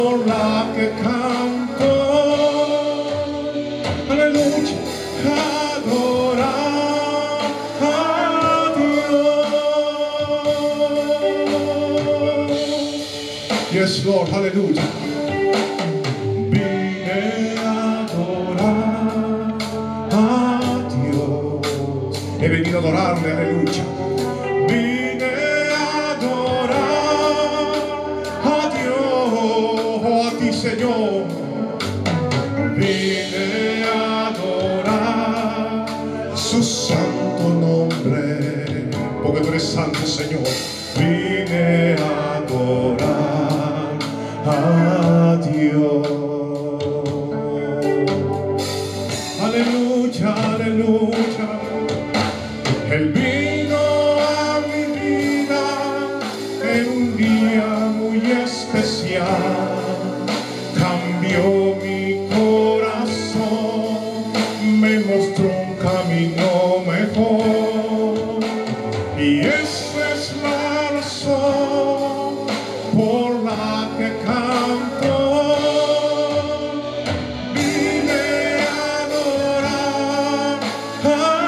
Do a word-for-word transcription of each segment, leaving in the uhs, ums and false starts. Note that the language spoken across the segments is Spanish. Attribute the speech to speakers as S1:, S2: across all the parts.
S1: por la que canto, aleluya, adorar a Dios. Yes, Lord, aleluya. Vine a adorar a Dios. He venido a adorarle, aleluya. Vine a adorar a Dios, a ti, Señor. Vine a adorar su santo nombre, porque tú eres santo, Señor. Vine a adorar a Dios. Aleluya, aleluya. Él vino a mi vida en un día muy especial. Cambió mi corazón, me mostró un camino mejor. Y esa es la razón por la que canto. Vine a adorar a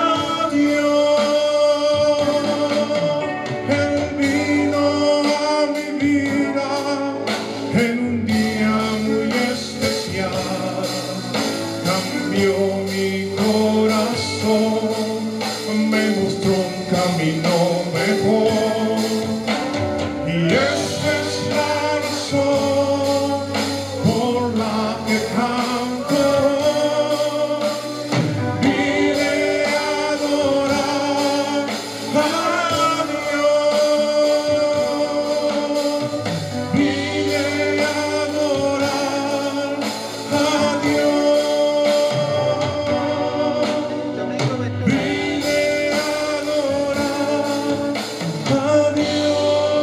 S1: Dios. Él vino a mi vida en un día muy especial. Cambió mi corazón, me mostró un camino mejor. Y esa es la razón por la que canto. Vine a adorar a Dios. Vine a adorar a Dios. Vine a adorar a Dios.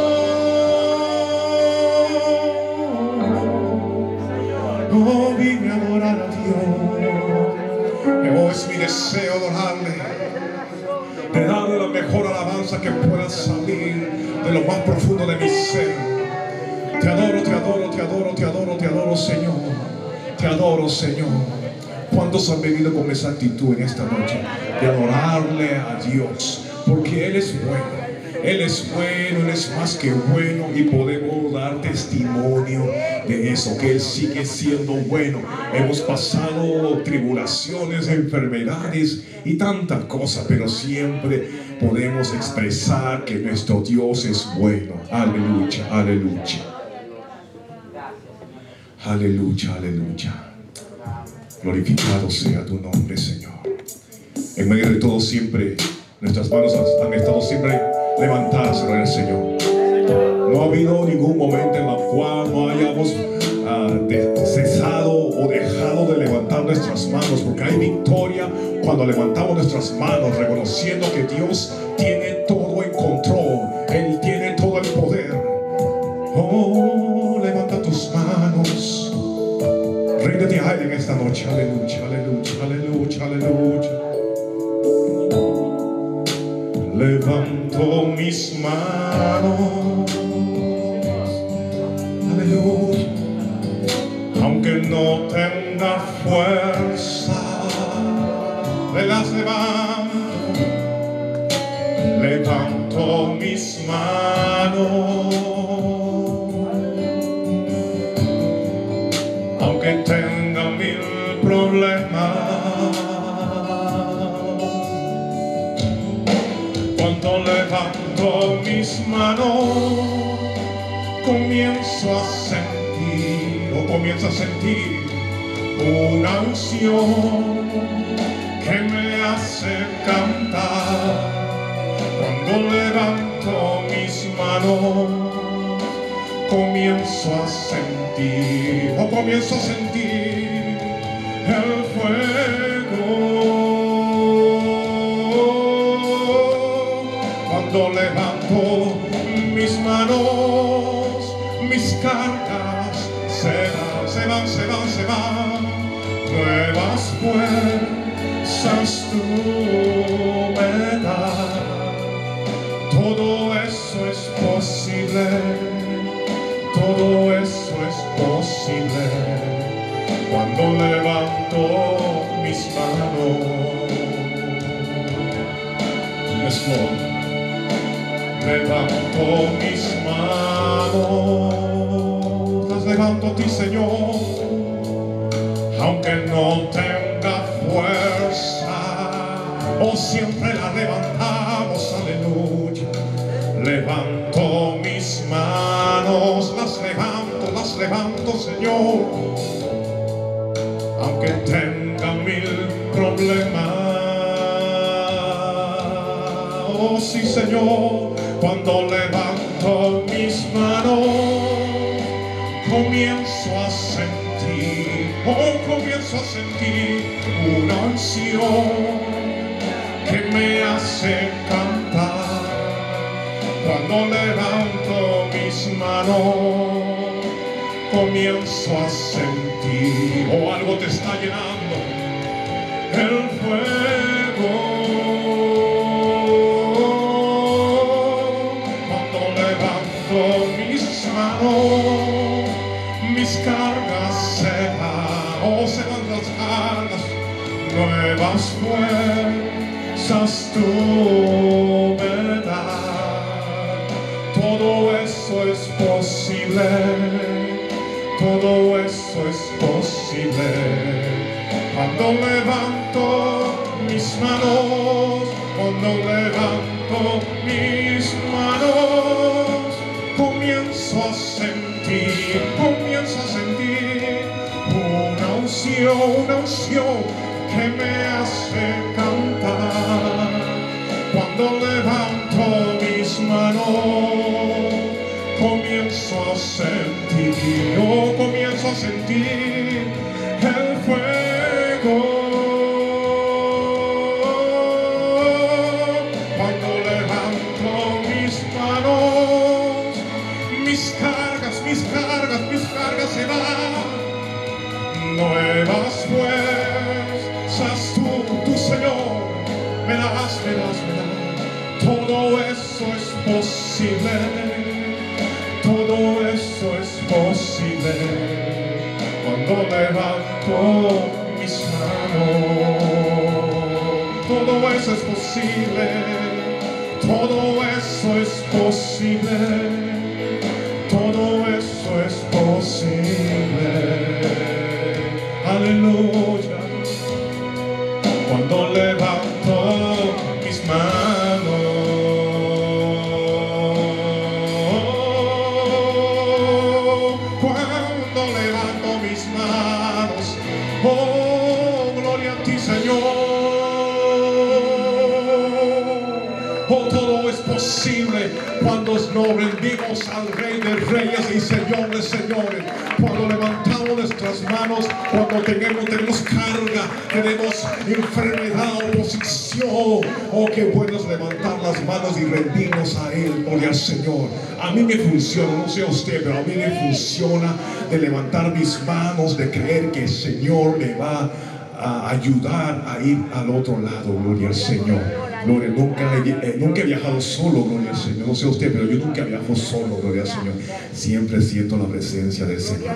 S1: Oh, vine a adorar a Dios. Oh, es mi deseo adorarle, de darle la mejor alabanza que pueda salir de lo más profundo de mi ser. Te adoro, te adoro, te adoro, te adoro, te adoro, Señor. Te adoro, Señor. ¿Cuántos han venido con esa actitud en esta noche de adorarle a Dios? Porque Él es bueno. Él es bueno, Él es más que bueno, y podemos dar testimonio de eso, que Él sigue siendo bueno. Hemos pasado tribulaciones, enfermedades y tantas cosas, pero siempre podemos expresar que nuestro Dios es bueno. Aleluya, aleluya. Aleluya, aleluya. Glorificado sea tu nombre, Señor. En medio de todo siempre, nuestras manos han estado siempre levantadas en el Señor. No ha habido ningún momento en el cual no hayamos uh, de, cesado o dejado de levantar nuestras manos, porque hay victoria cuando levantamos nuestras manos, reconociendo que Dios tiene todo en control. Él tiene todo el poder. Oh, levanta tus manos. Ríndete a Él en esta noche. Aleluya, aleluya, aleluya, aleluya. Levanto mis manos, aleluya, aunque no tenga fuerza, me las levanto. Levanto mis manos, aunque tenga mil problemas. Cuando levanto mis manos, comienzo a sentir, o comienzo a sentir una unción que me hace cantar. Cuando levanto mis manos, comienzo a sentir, o comienzo a sentir el fuego. Cuando levanto mis manos, mis cargas se van, se van, se van, se van. Nuevas fuerzas tú me das. Todo eso es posible, todo eso es posible. posible cuando levanto mis manos. Yes, Lord. Levanto mis manos, las levanto a ti, Señor, aunque no tenga fuerza, oh, siempre la levantamos, aleluya. Levanto mis manos, las levanto, las levanto, Señor, aunque tenga mil problemas. Oh, sí, Señor, cuando levanto mis manos, comienzo a sentir, oh, comienzo a sentir una unción que me hace cantar. Cuando levanto mis manos, comienzo a sentir, oh, algo te está llenando, el fuego. Cuando levanto mis manos, mis cargas se van, oh, se van las cargas, nuevas fuerzas tú me das. Todo eso es posible, todo eso es posible. Cuando levanto mis manos, cuando levanto mis manos, comienzo a sentir, comienzo a sentir una unción, una unción que me hace cantar. Cuando levanto mis manos, comienzo a sentir, yo comienzo a sentir el fuego. Cuando levanto mis manos, mis cargas, mis cargas, mis cargas se van. Nuevas fuerzas tú, tú, Señor, me das, me das, me das. Todo eso es posible, todo eso es posible cuando levanto mis manos. Todo eso es posible, todo eso es posible, todo eso es posible. Aleluya. Cuando levanto mis manos, cuando levanto mis manos, oh, gloria a ti, Señor. Oh, todo es posible cuando nos rendimos al Rey de Reyes y Señor de Señores. Cuando levantamos nuestras manos, cuando tenemos, tenemos carga, tenemos enfermedad, oposición. Oh, qué bueno es levantar las manos y rendirnos a Él, gloria al Señor. A mí me funciona, no sé a usted, pero a mí me funciona de levantar mis manos, de creer que el Señor me va a ayudar a ir al otro lado, gloria al Señor. Gloria, nunca, eh, nunca he viajado solo, gloria al Señor. No sé usted, pero yo nunca viajo solo, gloria al Señor. Siempre siento la presencia del Señor.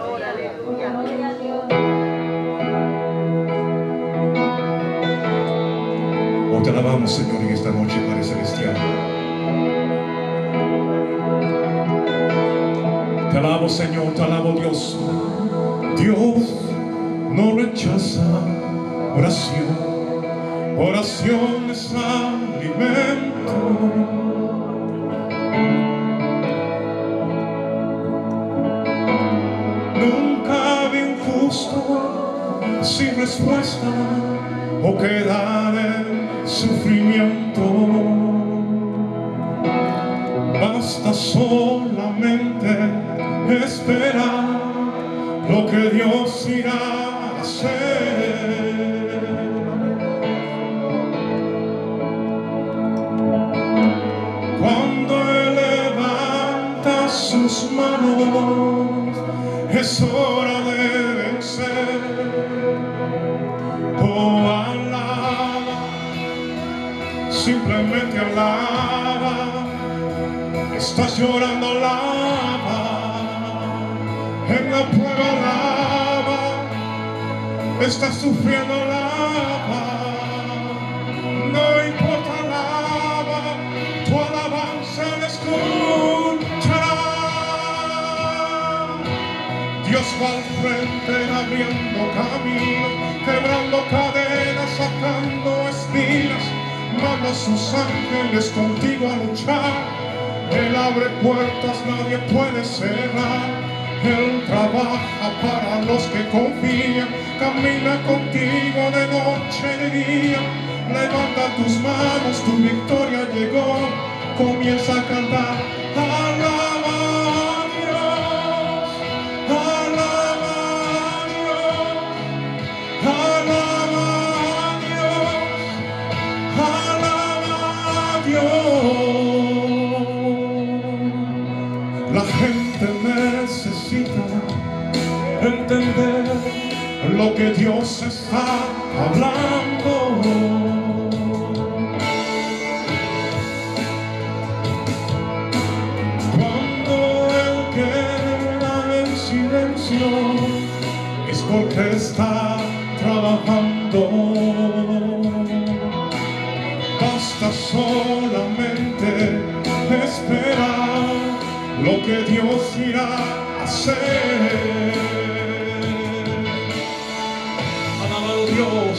S1: Oh, te alabamos, Señor, en esta noche, Padre Celestial. Te alabo, Señor, te alabo, Dios. Dios no rechaza oración. Oración es alimento. Nunca vi un justo sin respuesta o quedar en sufrimiento. Basta solamente esperar lo que Dios irá a hacer. Cuando Él levanta sus manos, es hora de vencer. Oh, alaba, simplemente alaba. Estás llorando, alaba en la puerta. pueblo alaba, está sufriendo lava. No importa, alaba, tu alabanza le escuchará. Dios va al frente abriendo camino, quebrando cadenas, sacando espinas. Manda a sus ángeles contigo a luchar. Él abre puertas, nadie puede cerrar. Él trabaja para los que confían. Camina contigo de noche y de día. Levanta tus manos, tu victoria llegó. Comienza a cantar. Alaba a Dios, alaba a Dios, alaba a Dios, alaba a Dios. La gente necesita entender lo que Dios está hablando. Cuando Él queda en silencio es porque está trabajando. Basta solamente esperar lo que Dios irá a hacer. Alabado Dios,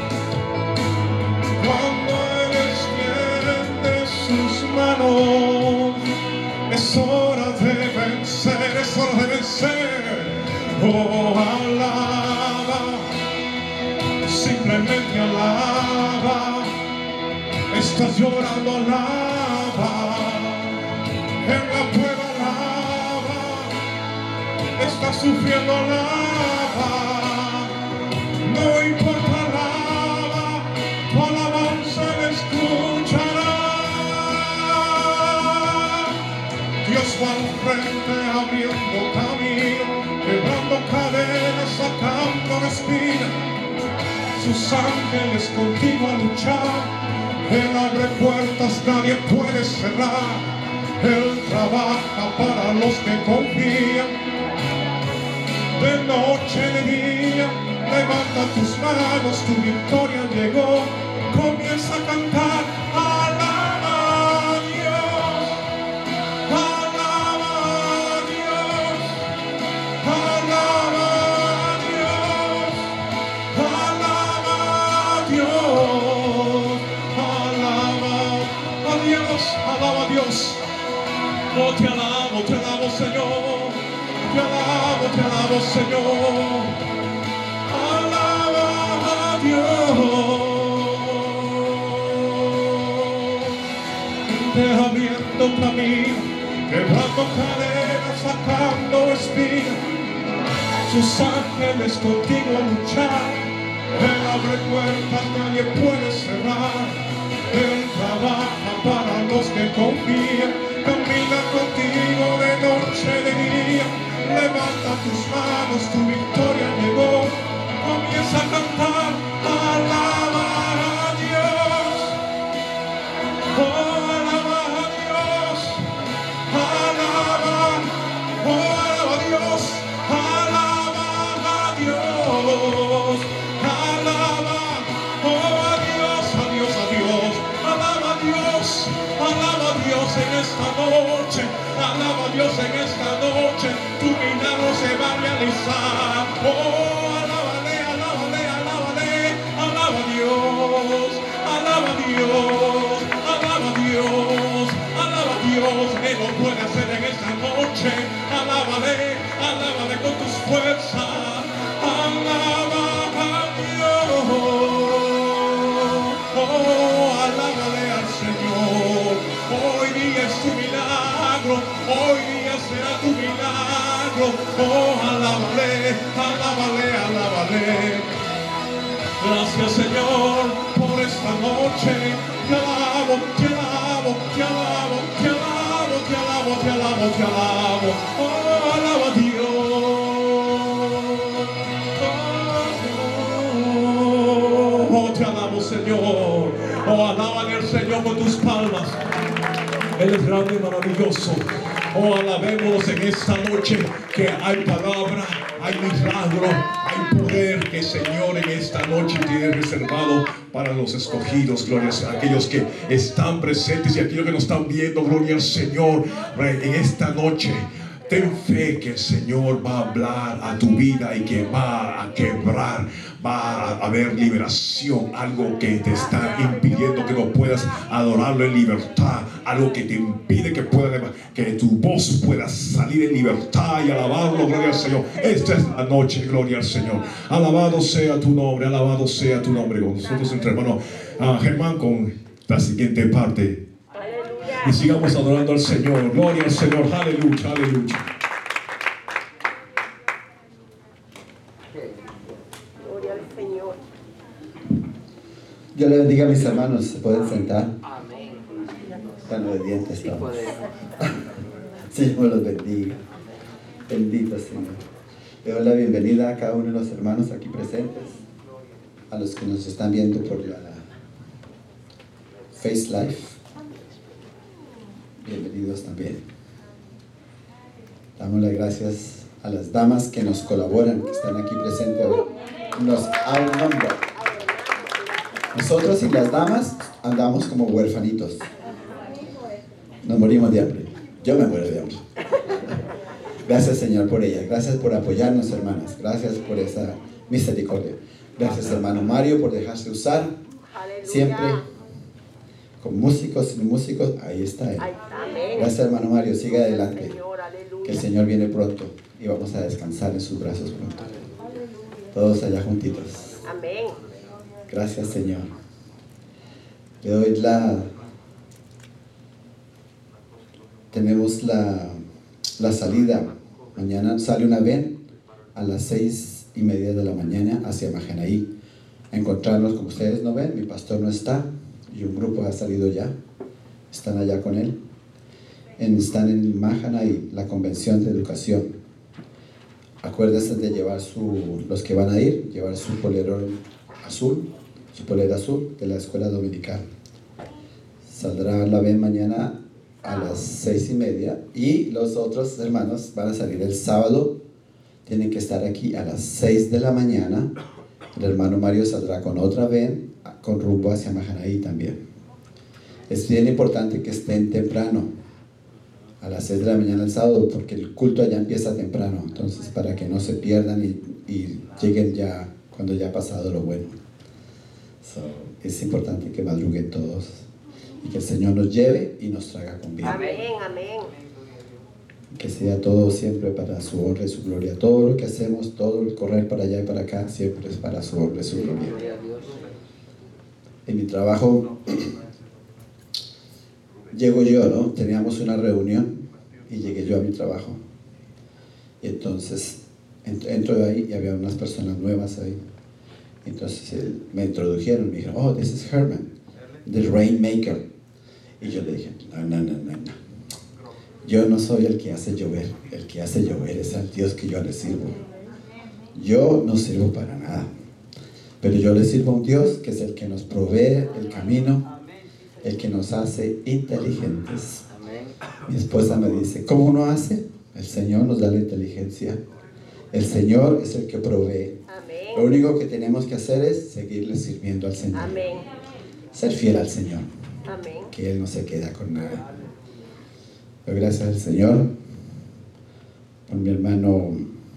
S1: cuando Él extiende sus manos, es hora de vencer, es hora de vencer. Oh, alaba, simplemente alaba. Estás llorando, alaba. En la prueba, alaba. Estás sufriendo, alaba. No importa, alaba. Tu alabanza le escuchará. Dios va al frente abriendo camino, quebrando cadenas, sacando espinas. Sus ángeles contigo a luchar. Él abre puertas, nadie puede cerrar. Él trabaja para los que confían. De noche y de día, levanta tus manos, tu victoria llegó. Comienza a cantar. Alaba a Dios, alaba a Dios, alaba a Dios, alaba a Dios, alaba a Dios, alaba a Dios. Oh, te alabo, te alabo, Señor. Te alabo, te alabo, Señor. Alaba a Dios. Te abriendo camino, quebrando cadenas, sacando espinas. Sus ángeles contigo a luchar. Él abre puertas, nadie puede cerrar. Él trabaja para los que confían. Camina contigo de noche y de día. Levanta tus manos, tu victoria llegó. Comienza a cantar. Alaba a Dios. Oh, alaba a Dios. Alaba. Oh, alaba a Dios. Alaba a Dios. Alaba. Oh, a Dios, a Dios, a Dios. Alaba a Dios. Alaba a Dios en esta noche. Alaba a Dios en esta noche. Tu milagro se va a realizar. Oh, alábale, alábale, alábale. Alaba a Dios. Alaba a Dios. Alaba a Dios. Alaba a Dios. Él lo puede hacer en esta noche. Alábale, alábale con tus fuerzas. Alaba a Dios. Oh, alábale al Señor. Hoy día es tu milagro. Hoy día será tu milagro. Oh, alábale, alábale, alábale. Gracias, Señor, por esta noche. Te alabo, te alabo, te alabo, te alabo, te alabo, te alabo, te alabo. Oh, alaba a Dios. Oh, te alabo, Señor. Oh, alábale al Señor con tus palmas. Él es grande y maravilloso. Oh, alabémoslos en esta noche, que hay palabra, milagro, hay poder que el Señor en esta noche tiene reservado para los escogidos. Gloria a aquellos que están presentes y aquellos que nos están viendo. Gloria al Señor en esta noche. Ten fe que el Señor va a hablar a tu vida y que va a quebrar, va a haber liberación. Algo que te está impidiendo que no puedas adorarlo en libertad, algo que te impide que, pueda, que tu voz pueda salir en libertad y alabarlo. Gloria al Señor. Esta es la noche, gloria al Señor. Alabado sea tu nombre, alabado sea tu nombre. Con nosotros, entre hermanos uh, Germán, con la siguiente parte. Y sigamos adorando al Señor. Gloria al Señor. Aleluya, aleluya.
S2: Gloria al Señor.
S3: Dios le bendiga a mis hermanos. ¿Se pueden sentar? Tan obedientes estamos. Señor los bendiga. Bendito Señor. Le doy la bienvenida a cada uno de los hermanos aquí presentes, a los que nos están viendo por la Face Life. Bienvenidos también. Damos las gracias a las damas que nos colaboran, que están aquí presentes hoy. Nos outnumber. Nosotros y las damas andamos como huérfanitos. Nos morimos de hambre. Yo me muero de hambre. Gracias, Señor, por ellas. Gracias por apoyarnos, hermanas. Gracias por esa misericordia. Gracias, hermano Mario, por dejarse usar. Siempre. Con músicos, sin músicos, ahí está Él. Gracias, hermano Mario, siga adelante. Que el Señor viene pronto y vamos a descansar en sus brazos pronto. Todos allá juntitos.
S2: Amén.
S3: Gracias, Señor. Le doy la... Tenemos la, la salida. Mañana sale una ven a las seis y media de la mañana hacia Majanaí. A encontrarnos, como ustedes no ven, mi pastor no está. Y un grupo ha salido ya, están allá con él, en, están en Majanaí, la convención de educación. Acuérdense de llevar su, los que van a ir, llevar su polerón azul, su polera azul de la escuela dominical. Saldrá la ven mañana a las seis y media y los otros hermanos van a salir el sábado, tienen que estar aquí a las seis de la mañana. El hermano Mario saldrá con otra ven con rumbo hacia Majanaí también. Es bien importante que estén temprano, a las seis de la mañana el sábado, porque el culto allá empieza temprano, entonces para que no se pierdan y, y lleguen ya cuando ya ha pasado lo bueno. So, es importante que madruguen todos y que el Señor nos lleve y nos traiga con bien.
S2: Amén, amén.
S3: Que sea todo siempre para su honra y su gloria. Todo lo que hacemos, todo el correr para allá y para acá, siempre es para su honra y su gloria. En mi trabajo, llego yo, ¿no? Teníamos una reunión y llegué yo a mi trabajo. Y entonces entro ahí y había unas personas nuevas ahí. Entonces él, me introdujeron, me dijeron, oh, this is Herman, the Rainmaker. Y yo le dije, no, no, no, no, no. Yo no soy el que hace llover, el que hace llover es al Dios que yo le sirvo. Yo no sirvo para nada. Pero yo le sirvo a un Dios que es el que nos provee el camino, el que nos hace inteligentes. Mi esposa me dice, ¿cómo uno hace? El Señor nos da la inteligencia. El Señor es el que provee. Lo único que tenemos que hacer es seguirle sirviendo al Señor.
S2: Amén.
S3: Ser fiel al Señor.
S2: Amén.
S3: Que Él no se queda con nada. Pero gracias al Señor por mi hermano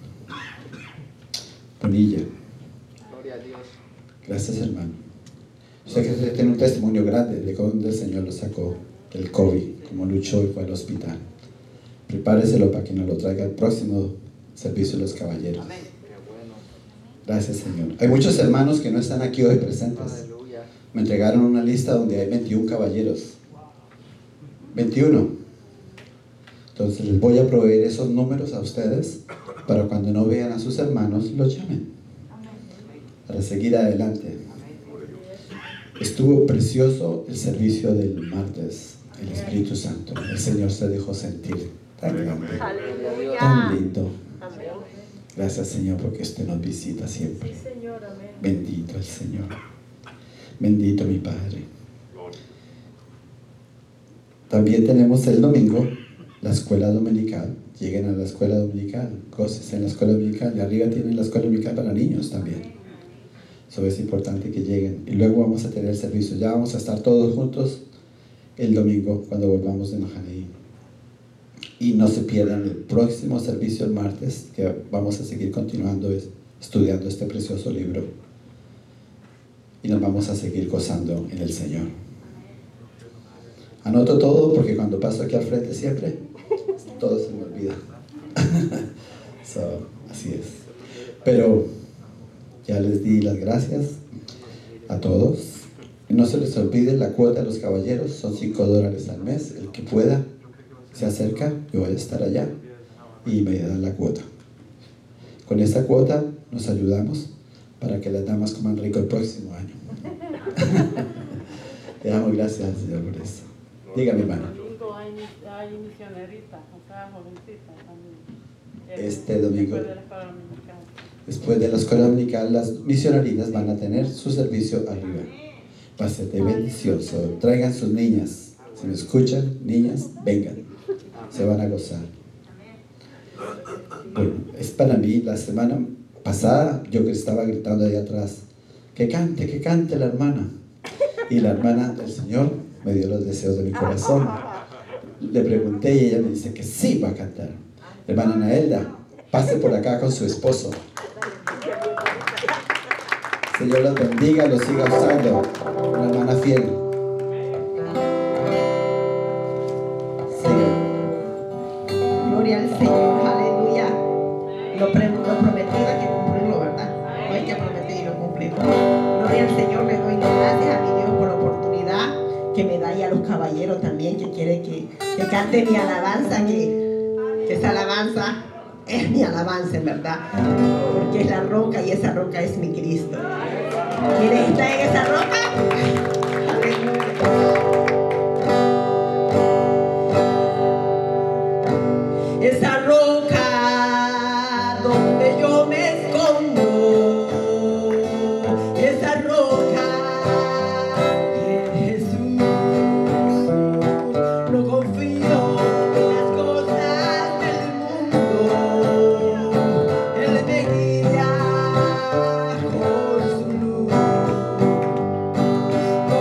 S3: Bonilla. Gracias, hermano. Sé que usted tiene un testimonio grande de cómo el Señor lo sacó del COVID, cómo luchó y fue al hospital. Prepáreselo para que nos lo traiga el próximo servicio de los caballeros. Gracias, Señor. Hay muchos hermanos que no están aquí hoy presentes. Me entregaron una lista donde hay veintiún caballeros. veintiuno. Entonces les voy a proveer esos números a ustedes para cuando no vean a sus hermanos, los llamen. Para seguir adelante. Estuvo precioso el servicio del martes, el Espíritu Santo. El Señor se dejó sentir tan grande, tan lindo. Gracias, Señor, porque usted nos visita siempre. Bendito el Señor. Bendito mi Padre. También tenemos el domingo la escuela dominical, lleguen a la escuela dominical, cosas en la escuela dominical, y arriba tienen la escuela dominical para niños también. Eso es importante que lleguen. Y luego vamos a tener el servicio, ya vamos a estar todos juntos el domingo cuando volvamos de Mahanaim. Y no se pierdan el próximo servicio el martes, que vamos a seguir continuando estudiando este precioso libro. Y nos vamos a seguir gozando en el Señor. Anoto todo porque cuando paso aquí al frente siempre, todo se me olvida. So, así es. Pero ya les di las gracias a todos. Y no se les olvide la cuota de los caballeros, son cinco dólares al mes. El que pueda, se acerca, yo voy a estar allá y me dan la cuota. Con esta cuota nos ayudamos para que las damas coman rico el próximo año. Le damos gracias al Señor por eso. Dígame, hermano.
S4: Domingo hay, hay misioneritas, o sea, jovencitas también.
S3: Este domingo,
S4: Después de la escuela dominical.
S3: después de la escuela dominical, las misioneritas van a tener su servicio arriba. Va a ser de bendición. So, traigan sus niñas. Si me escuchan, niñas, vengan. Se van a gozar. Bueno, es para mí. La semana pasada yo que estaba gritando ahí atrás, que cante, que cante la hermana. Y la hermana del Señor me dio los deseos de mi corazón. Le pregunté y ella me dice que sí va a cantar. Hermana Naelda, pase por acá con su esposo. Señor los bendiga, los siga usando. Una hermana fiel.
S5: Gloria al Señor, aleluya. Lo, pre- lo prometido hay que cumplirlo, ¿verdad? No hay que prometer y no cumplirlo. Gloria al Señor, le doy gracias a mi Dios por la oportunidad que me da y a los caballeros también que quieren que, que cante mi alabanza, que, que esa alabanza es mi alabanza, en verdad. Porque es la roca y esa roca es mi Cristo. ¿Quiénes están en esa roca? Aleluya. Esa roca donde yo me escondo, esa roca es Jesús. No confío en las cosas del mundo, Él me guía con su luz.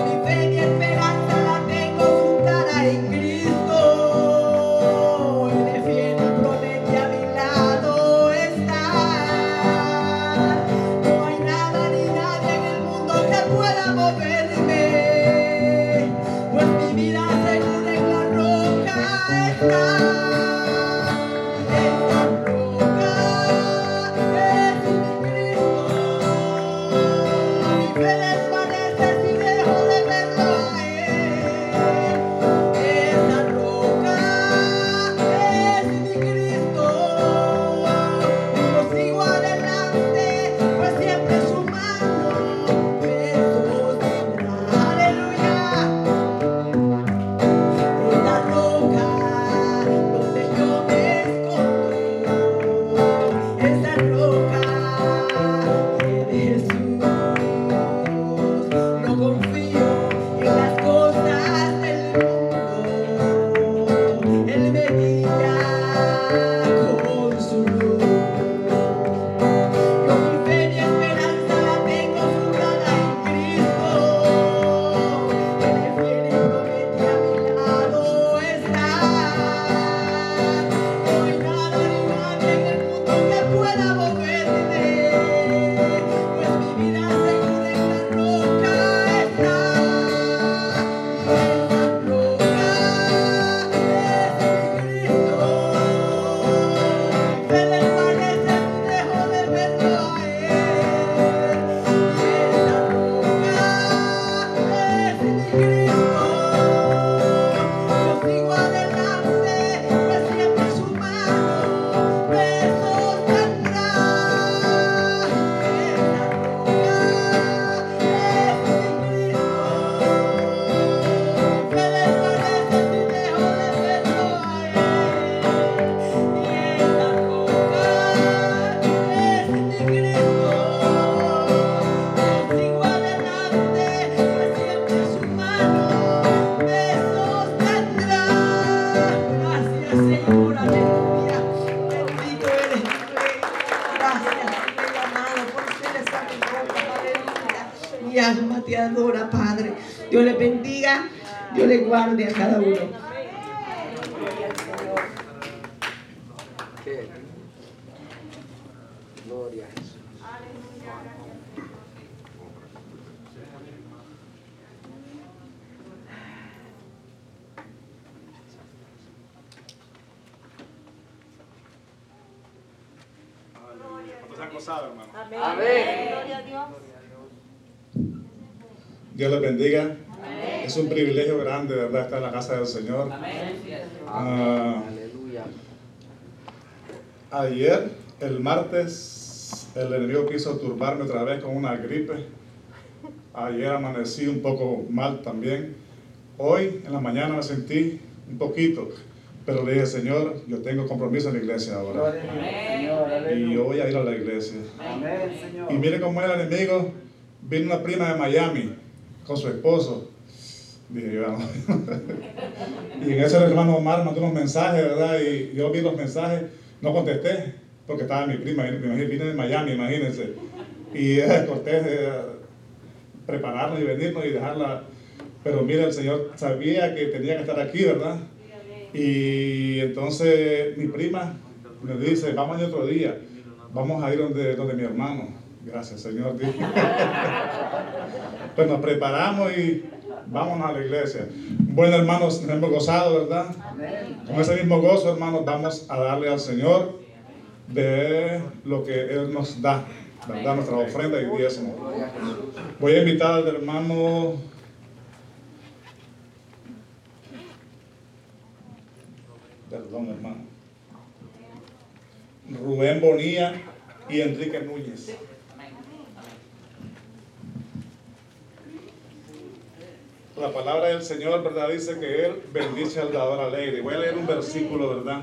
S5: Aleluya. Alma te adora, Padre. Dios les bendiga. Dios les guarde a cada uno.
S2: Gloria al Señor.
S6: Gloria a Jesús.
S1: Se han gozado, hermano.
S6: Amén.
S2: Gloria a Dios.
S1: Dios les bendiga. Es un privilegio grande, ¿verdad?, estar en la casa del Señor. Ah,
S6: Aleluya.
S1: ayer, el martes, el enemigo quiso turbarme otra vez con una gripe. Ayer amanecí un poco mal también. Hoy, en la mañana, me sentí un poquito. Pero le dije, Señor, yo tengo compromiso en la iglesia ahora. Y yo voy a ir a la iglesia.
S6: Amén, Señor.
S1: Y mire cómo es el enemigo. Vino una prima de Miami con su esposo. Dije yo, no. Y en ese el hermano Omar mandó unos mensajes, ¿verdad? Y yo vi los mensajes, no contesté, porque estaba mi prima, me imagino, vine de Miami, imagínense. Y eh, corté eh, prepararnos y venirnos y dejarla. Pero mira, el Señor sabía que tenía que estar aquí, ¿verdad? Y entonces mi prima me dice, vamos a ir otro día, vamos a ir donde, donde mi hermano. Gracias, Señor. Pues nos preparamos y vámonos a la iglesia. Bueno, hermanos, nos hemos gozado, ¿verdad? Con ese mismo gozo, hermanos, vamos a darle al Señor de lo que Él nos da, ¿verdad? Nuestra ofrenda y diezmo. Voy a invitar al hermano Perdón, hermano. Rubén Bonilla y Enrique Núñez. La palabra del Señor, ¿verdad?, dice que Él bendice al dador alegre. Voy a leer un versículo, ¿verdad?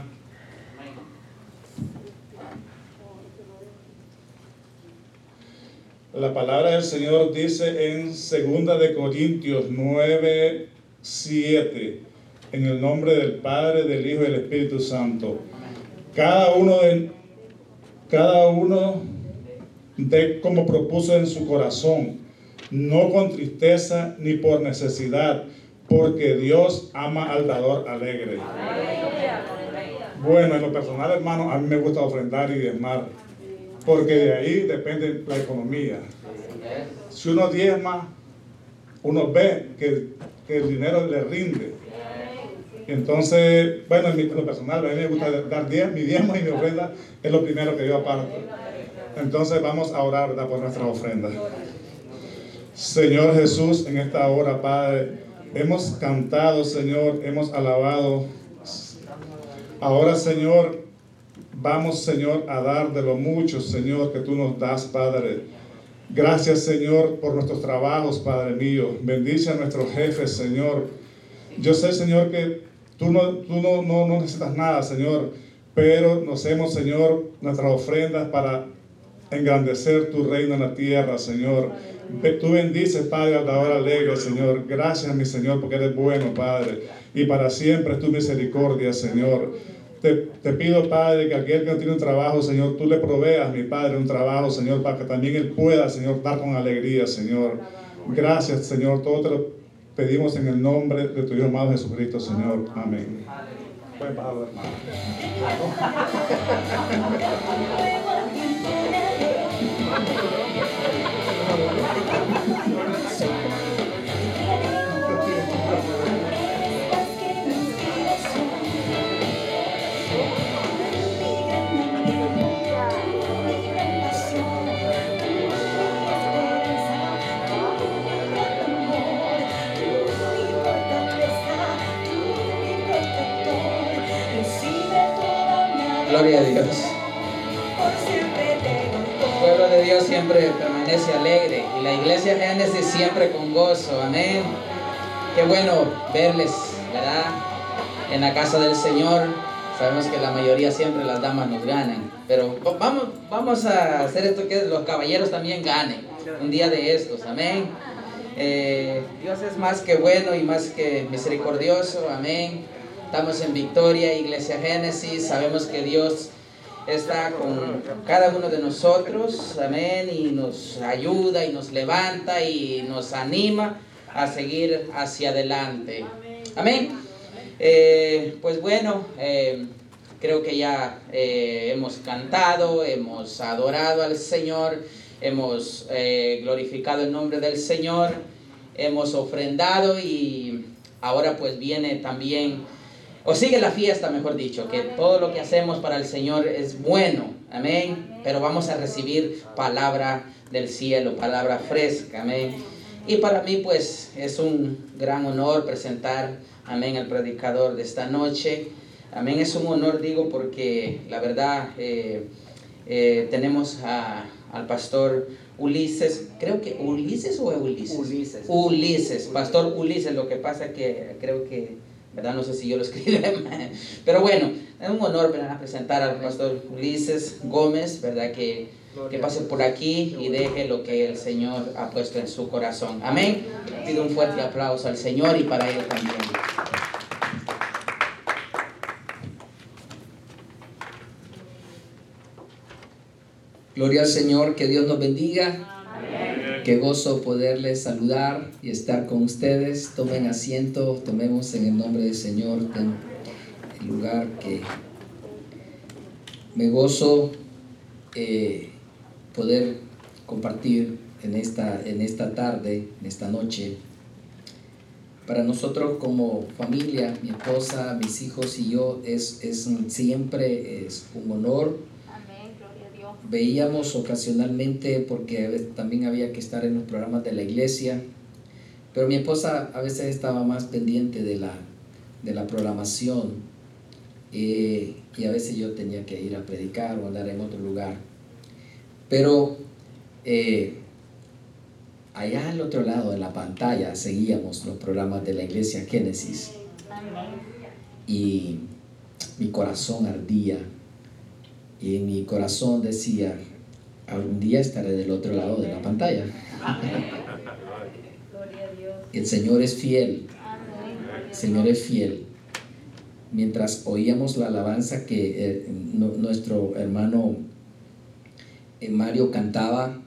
S1: La palabra del Señor dice en segunda de Corintios nueve, siete, en el nombre del Padre, del Hijo y del Espíritu Santo. Cada uno de, cada uno de como propuso en su corazón, no con tristeza ni por necesidad, porque Dios ama al dador alegre. Bueno, en lo personal, hermano, a mí me gusta ofrendar y diezmar, porque de ahí depende la economía. Si uno diezma, uno ve que, que el dinero le rinde. Entonces, bueno, en, mi, en lo personal, a mí me gusta dar diez, mi diezmo y mi ofrenda es lo primero que yo aparto. Entonces vamos a orar, ¿verdad?, por nuestra ofrenda. Señor Jesús, en esta hora, Padre, hemos cantado, Señor, hemos alabado. Ahora, Señor, vamos, Señor, a dar de lo mucho, Señor, que tú nos das, Padre. Gracias, Señor, por nuestros trabajos, Padre mío. Bendice a nuestros jefes, Señor. Yo sé, Señor, que tú no, tú no, no, no necesitas nada, Señor, pero nos hemos, Señor, nuestras ofrendas para engrandecer tu reino en la tierra, Señor. Tú bendices, Padre, al dador alegre, Señor. Gracias, mi Señor, porque eres bueno, Padre. Y para siempre es tu misericordia, Señor. Te, te pido, Padre, que aquel que no tiene un trabajo, Señor, tú le proveas, mi Padre, un trabajo, Señor, para que también él pueda, Señor, dar con alegría, Señor. Gracias, Señor. Todo te lo pedimos en el nombre de tu Hijo amado Jesucristo, Señor. Amén. Buen Padre, hermano.
S7: Gloria a Dios. El pueblo de Dios siempre permanece alegre y la iglesia Génesis siempre con gozo. Amén. Qué bueno verles, ¿verdad?, en la casa del Señor. Sabemos que la mayoría siempre las damas nos ganan, pero vamos, vamos a hacer esto, que los caballeros también ganen un día de estos. Amén. Eh, Dios es más que bueno y más que misericordioso. Amén. Estamos en victoria, Iglesia Génesis. Sabemos que Dios está con cada uno de nosotros, amén, y nos ayuda y nos levanta y nos anima a seguir hacia adelante. Amén. Eh, pues bueno, eh, creo que ya eh, hemos cantado, hemos adorado al Señor, hemos eh, glorificado el nombre del Señor, hemos ofrendado y ahora pues viene también, o sigue la fiesta, mejor dicho, que todo lo que hacemos para el Señor es bueno, amén, pero vamos a recibir palabra del cielo, palabra fresca, amén. Y para mí pues es un gran honor presentar, amén, al predicador de esta noche. Amén, es un honor, digo, porque la verdad eh, eh, tenemos a, al pastor Ulises, creo que Ulises o Ulises.
S6: Ulises.
S7: Ulises, pastor Ulises, lo que pasa que creo que, ¿verdad? No sé si yo lo escribí, pero bueno, es un honor, ¿verdad?, presentar al pastor Ulises Gómez, ¿verdad? Que, que pase por aquí y deje lo que el Señor ha puesto en su corazón. Amén. Pido un fuerte aplauso al Señor y para él también.
S8: Gloria al Señor, que Dios nos bendiga. Amén. Qué gozo poderles saludar y estar con ustedes. Tomen asiento, tomemos en el nombre del Señor el lugar que me gozo eh, poder compartir en esta, en esta tarde, en esta noche. Para nosotros como familia, mi esposa, mis hijos y yo, es, es siempre es un honor. Veíamos ocasionalmente porque también había que estar en los programas de la iglesia, pero mi esposa a veces estaba más pendiente de la, de la programación eh, y a veces yo tenía que ir a predicar o andar en otro lugar. Pero eh, allá al otro lado de la pantalla seguíamos los programas de la iglesia Génesis y mi corazón ardía. Y en mi corazón decía, algún día estaré del otro lado de la pantalla. El Señor es fiel. El Señor es fiel. Mientras oíamos la alabanza que eh, no, nuestro hermano eh, Mario cantaba,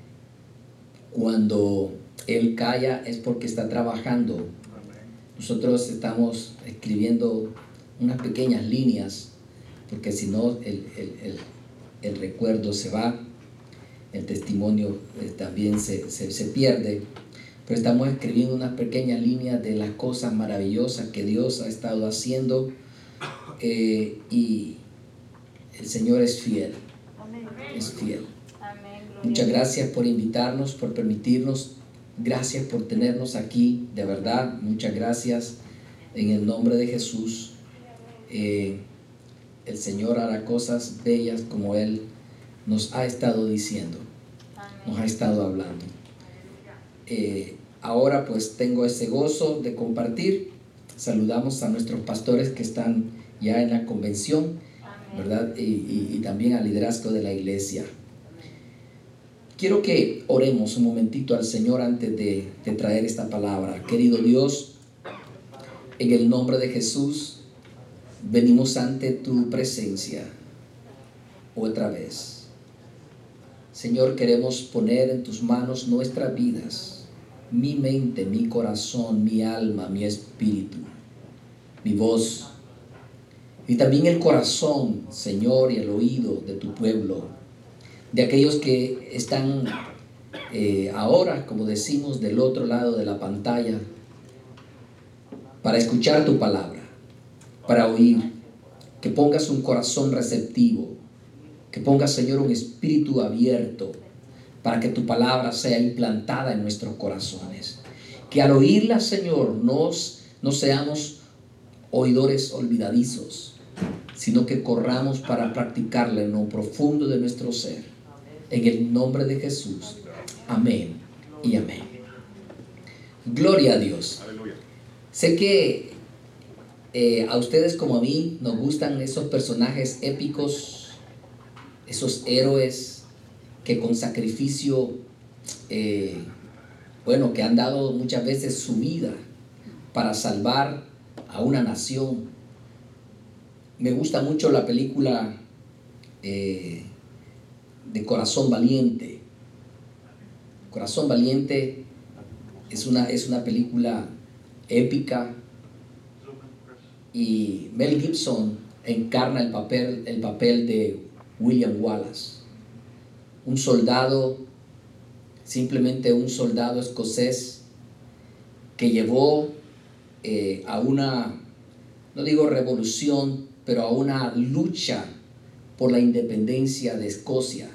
S8: cuando él calla es porque está trabajando. Nosotros estamos escribiendo unas pequeñas líneas, porque si no el, el, el, el recuerdo se va, el testimonio eh, también se, se, se pierde, pero estamos escribiendo unas pequeñas líneas de las cosas maravillosas que Dios ha estado haciendo eh, y el Señor es fiel, es fiel. Muchas gracias por invitarnos, por permitirnos, gracias por tenernos aquí, de verdad, muchas gracias en el nombre de Jesús. Eh, El Señor hará cosas bellas como Él nos ha estado diciendo, nos ha estado hablando. Eh, ahora pues tengo ese gozo de compartir. Saludamos a nuestros pastores que están ya en la convención, ¿verdad? Y, y, y también al liderazgo de la iglesia. Quiero que oremos un momentito al Señor antes de, de traer esta palabra. Querido Dios, en el nombre de Jesús, venimos ante tu presencia otra vez. Señor, queremos poner en tus manos nuestras vidas, mi mente, mi corazón, mi alma, mi espíritu, mi voz y también el corazón, Señor, y el oído de tu pueblo, de aquellos que están eh, ahora, como decimos, del otro lado de la pantalla, para escuchar tu palabra, para oír, que pongas un corazón receptivo, que pongas, Señor, un espíritu abierto, para que tu palabra sea implantada en nuestros corazones. Que al oírla, Señor, nos, no seamos oidores olvidadizos, sino que corramos para practicarla en lo profundo de nuestro ser. En el nombre de Jesús. Amén y amén. Gloria a Dios. Sé que Eh, a ustedes como a mí nos gustan esos personajes épicos, esos héroes que con sacrificio, eh, bueno, que han dado muchas veces su vida para salvar a una nación. Me gusta mucho la película eh, de Corazón Valiente. Corazón Valiente es una, es una película épica y Mel Gibson encarna el papel, el papel de William Wallace, un soldado, simplemente un soldado escocés que llevó eh, a una, no digo revolución, pero a una lucha por la independencia de Escocia.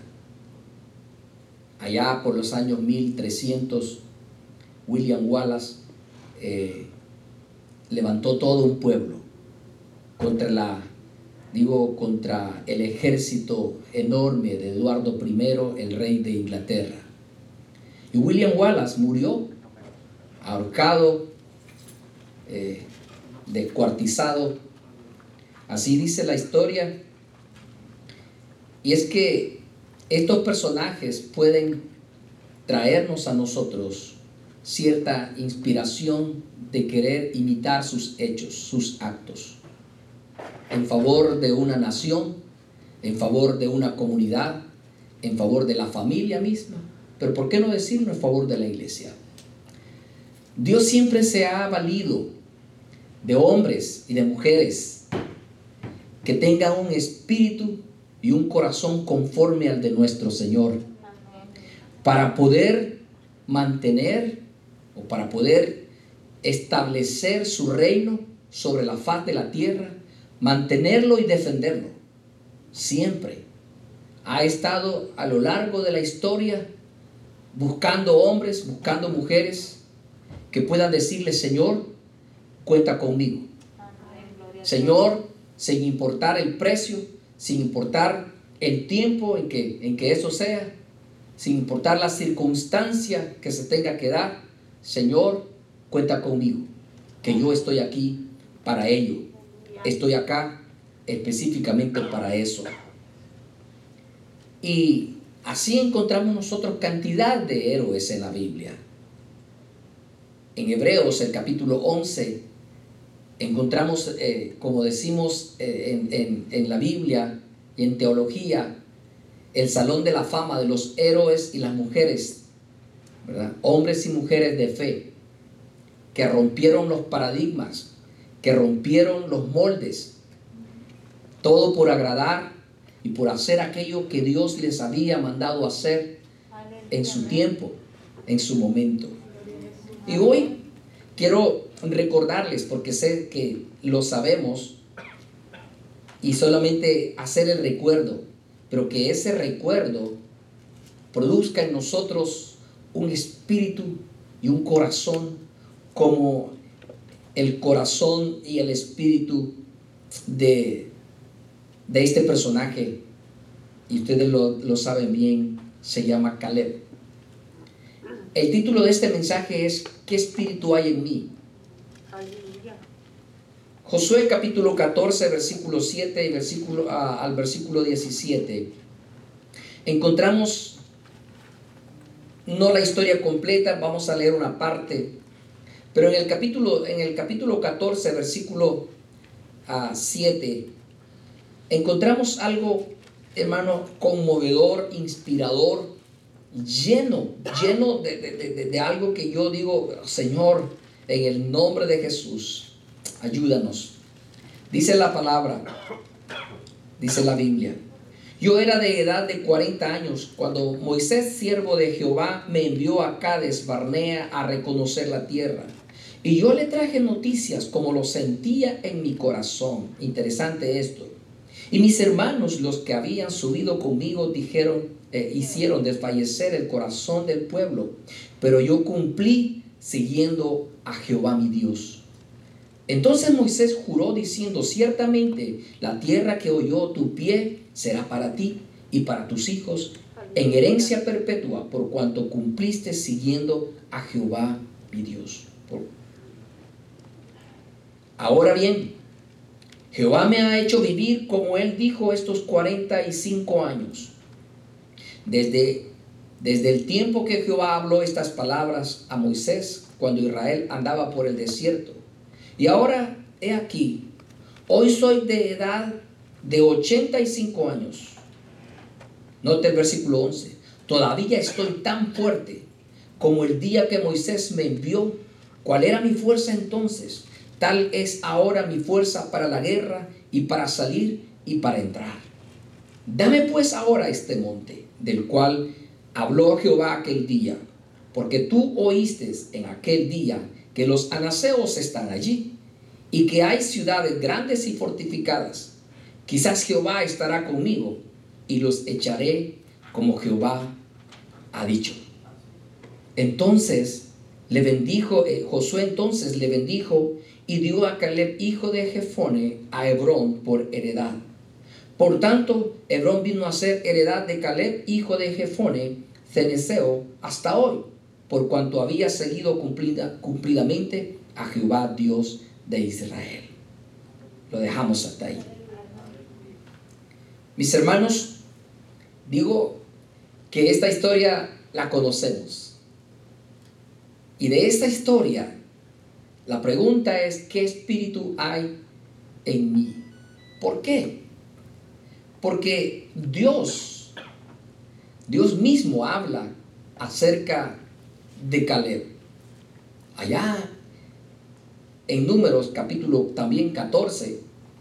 S8: Allá por los años mil trescientos, William Wallace eh, levantó todo un pueblo contra la, digo, contra el ejército enorme de Eduardo primero, el rey de Inglaterra. Y William Wallace murió ahorcado, eh, descuartizado. Así dice la historia. Y es que estos personajes pueden traernos a nosotros cierta inspiración de querer imitar sus hechos, sus actos, en favor de una nación, en favor de una comunidad, en favor de la familia misma, pero ¿por qué no decirlo en favor de la iglesia? Dios siempre se ha valido de hombres y de mujeres que tengan un espíritu y un corazón conforme al de nuestro Señor, para poder mantener o para poder establecer su reino sobre la faz de la tierra, mantenerlo y defenderlo. Siempre ha estado a lo largo de la historia buscando hombres, buscando mujeres que puedan decirle: Señor, cuenta conmigo. Señor, sin importar el precio, sin importar el tiempo en que, en que eso sea, sin importar la circunstancia que se tenga que dar, Señor, cuenta conmigo, que yo estoy aquí para ello. Estoy acá específicamente para eso. Y así encontramos nosotros cantidad de héroes en la Biblia. En Hebreos, el capítulo once, encontramos, eh, como decimos eh, en, en, en la Biblia y en teología, el salón de la fama de los héroes y las mujeres, ¿verdad? Hombres y mujeres de fe, que rompieron los paradigmas, que rompieron los moldes, todo por agradar y por hacer aquello que Dios les había mandado hacer en su tiempo, en su momento. Y hoy quiero recordarles, porque sé que lo sabemos, y solamente hacer el recuerdo, pero que ese recuerdo produzca en nosotros un espíritu y un corazón como el corazón y el espíritu de, de este personaje, y ustedes lo, lo saben bien, se llama Caleb. El título de este mensaje es: ¿qué espíritu hay en mí? Josué capítulo catorce, versículo siete y versículo, uh, al versículo diecisiete. Encontramos no la historia completa, vamos a leer una parte, pero en el capítulo, en el capítulo catorce, versículo uh, siete, encontramos algo, hermano, conmovedor, inspirador, lleno, lleno de, de, de, de algo que yo digo: Señor, en el nombre de Jesús, ayúdanos. Dice la palabra, dice la Biblia: yo era de edad de cuarenta años cuando Moisés, siervo de Jehová, me envió a Cades Barnea a reconocer la tierra. Y yo le traje noticias como lo sentía en mi corazón. Interesante esto. Y mis hermanos, los que habían subido conmigo, dijeron, eh, hicieron desfallecer el corazón del pueblo. Pero yo cumplí siguiendo a Jehová mi Dios. Entonces Moisés juró diciendo: ciertamente la tierra que oyó tu pie será para ti y para tus hijos en herencia perpetua, por cuanto cumpliste siguiendo a Jehová mi Dios. Ahora bien, Jehová me ha hecho vivir, como él dijo, estos cuarenta y cinco años. Desde, desde el tiempo que Jehová habló estas palabras a Moisés, cuando Israel andaba por el desierto. Y ahora, he aquí, hoy soy de edad de ochenta y cinco años. Note el versículo once. Todavía estoy tan fuerte como el día que Moisés me envió. ¿Cuál era mi fuerza entonces? Tal es ahora mi fuerza para la guerra y para salir y para entrar. Dame pues ahora este monte, del cual habló Jehová aquel día, porque tú oíste en aquel día que los anaseos están allí y que hay ciudades grandes y fortificadas. Quizás Jehová estará conmigo y los echaré como Jehová ha dicho. Entonces le bendijo, eh, Josué entonces le bendijo y dio a Caleb, hijo de Jefone, a Hebrón por heredad. Por tanto, Hebrón vino a ser heredad de Caleb, hijo de Jefone, cenezeo, hasta hoy, por cuanto había seguido cumplida, cumplidamente a Jehová, Dios de Israel. Lo dejamos hasta ahí. Mis hermanos, digo que esta historia la conocemos. Y de esta historia, la pregunta es, ¿qué espíritu hay en mí? ¿Por qué? Porque Dios, Dios mismo habla acerca de Caleb. Allá en Números capítulo también catorce,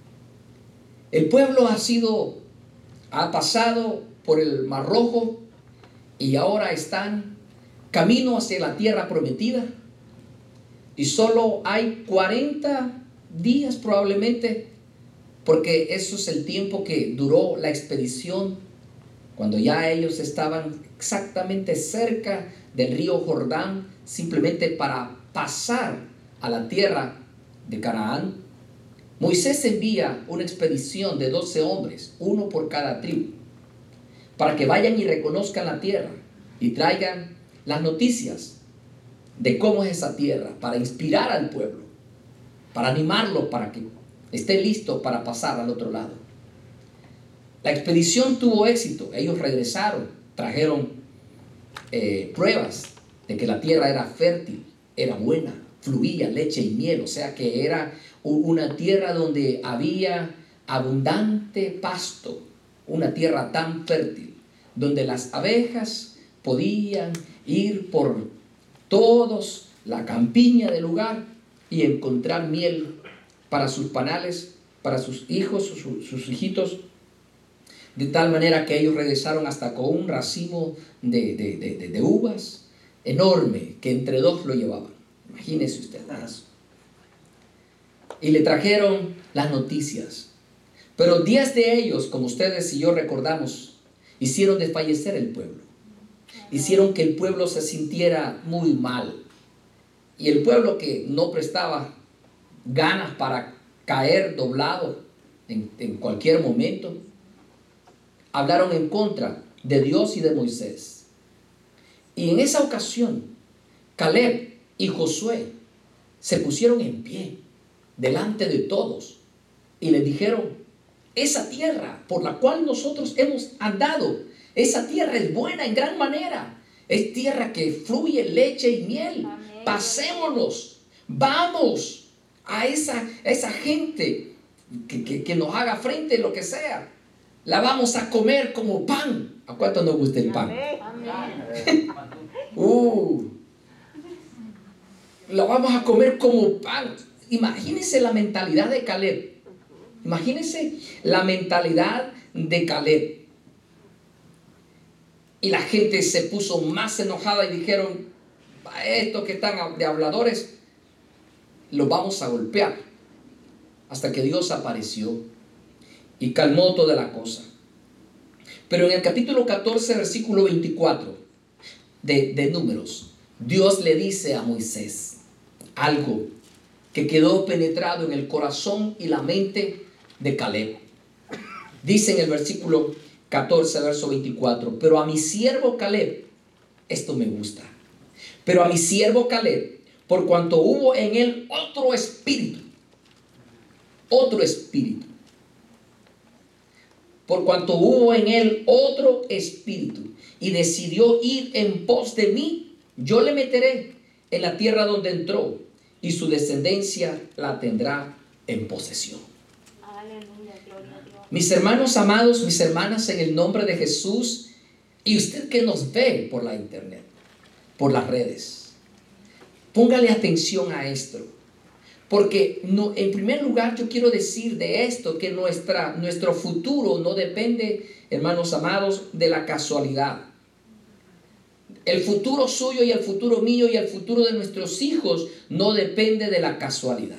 S8: el pueblo ha sido, ha pasado por el Mar Rojo y ahora están camino hacia la tierra prometida. Y solo hay cuarenta días probablemente, porque eso es el tiempo que duró la expedición, cuando ya ellos estaban exactamente cerca del río Jordán, simplemente para pasar a la tierra de Canaán. Moisés envía una expedición de doce hombres, uno por cada tribu, para que vayan y reconozcan la tierra y traigan las noticias de cómo es esa tierra, para inspirar al pueblo, para animarlo para que esté listo para pasar al otro lado. La expedición tuvo éxito. Ellos regresaron, trajeron eh, pruebas de que la tierra era fértil, era buena, fluía leche y miel, o sea que era una tierra donde había abundante pasto, una tierra tan fértil, donde las abejas podían ir por todos la campiña del lugar y encontrar miel para sus panales, para sus hijos, sus, sus hijitos, de tal manera que ellos regresaron hasta con un racimo de, de, de, de, de uvas enorme, que entre dos lo llevaban. Imagínense ustedes eso. Y le trajeron las noticias. Pero diez de ellos, como ustedes y yo recordamos, hicieron desfallecer el pueblo. Hicieron que el pueblo se sintiera muy mal. Y el pueblo, que no prestaba ganas para caer doblado en, en cualquier momento, hablaron en contra de Dios y de Moisés. Y en esa ocasión, Caleb y Josué se pusieron en pie delante de todos y les dijeron: esa tierra por la cual nosotros hemos andado, esa tierra es buena en gran manera, es tierra que fluye leche y miel. Amén. Pasémonos, vamos a esa, a esa gente que, que, que nos haga frente, lo que sea, la vamos a comer como pan. ¿A cuánto nos gusta el pan? Amén. uh, la vamos a comer como pan. Imagínense la mentalidad de Caleb. Imagínense la mentalidad de Caleb. Y la gente se puso más enojada y dijeron: a estos que están de habladores los vamos a golpear. Hasta que Dios apareció y calmó toda la cosa. Pero en el capítulo catorce, versículo veinticuatro de, de Números, Dios le dice a Moisés algo que quedó penetrado en el corazón y la mente de Caleb. Dice en el versículo catorce, verso veinticuatro: pero a mi siervo Caleb, esto me gusta, pero a mi siervo Caleb, por cuanto hubo en él otro espíritu, otro espíritu, por cuanto hubo en él otro espíritu, y decidió ir en pos de mí, yo le meteré en la tierra donde entró, y su descendencia la tendrá en posesión.
S4: Aleluya, gloria a Dios.
S8: Mis hermanos amados, mis hermanas, en el nombre de Jesús, Y usted que nos ve por la internet, por las redes, póngale atención a esto. Porque no, en primer lugar yo quiero decir de esto que nuestra, nuestro futuro no depende, hermanos amados, de la casualidad. El futuro suyo y el futuro mío y el futuro de nuestros hijos no depende de la casualidad.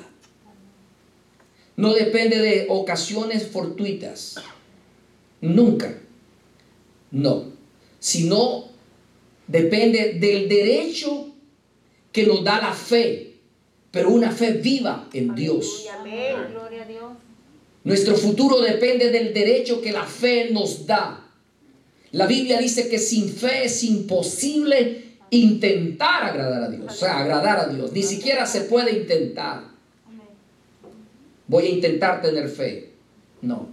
S8: No depende de ocasiones fortuitas. Nunca. No. Sino depende del derecho que nos da la fe, pero una fe viva en Dios.
S2: Amén. Gloria a Dios.
S8: Nuestro futuro depende del derecho que la fe nos da. La Biblia dice que sin fe es imposible intentar agradar a Dios. O sea, agradar a Dios. Ni siquiera se puede intentar. Voy a intentar tener fe. No.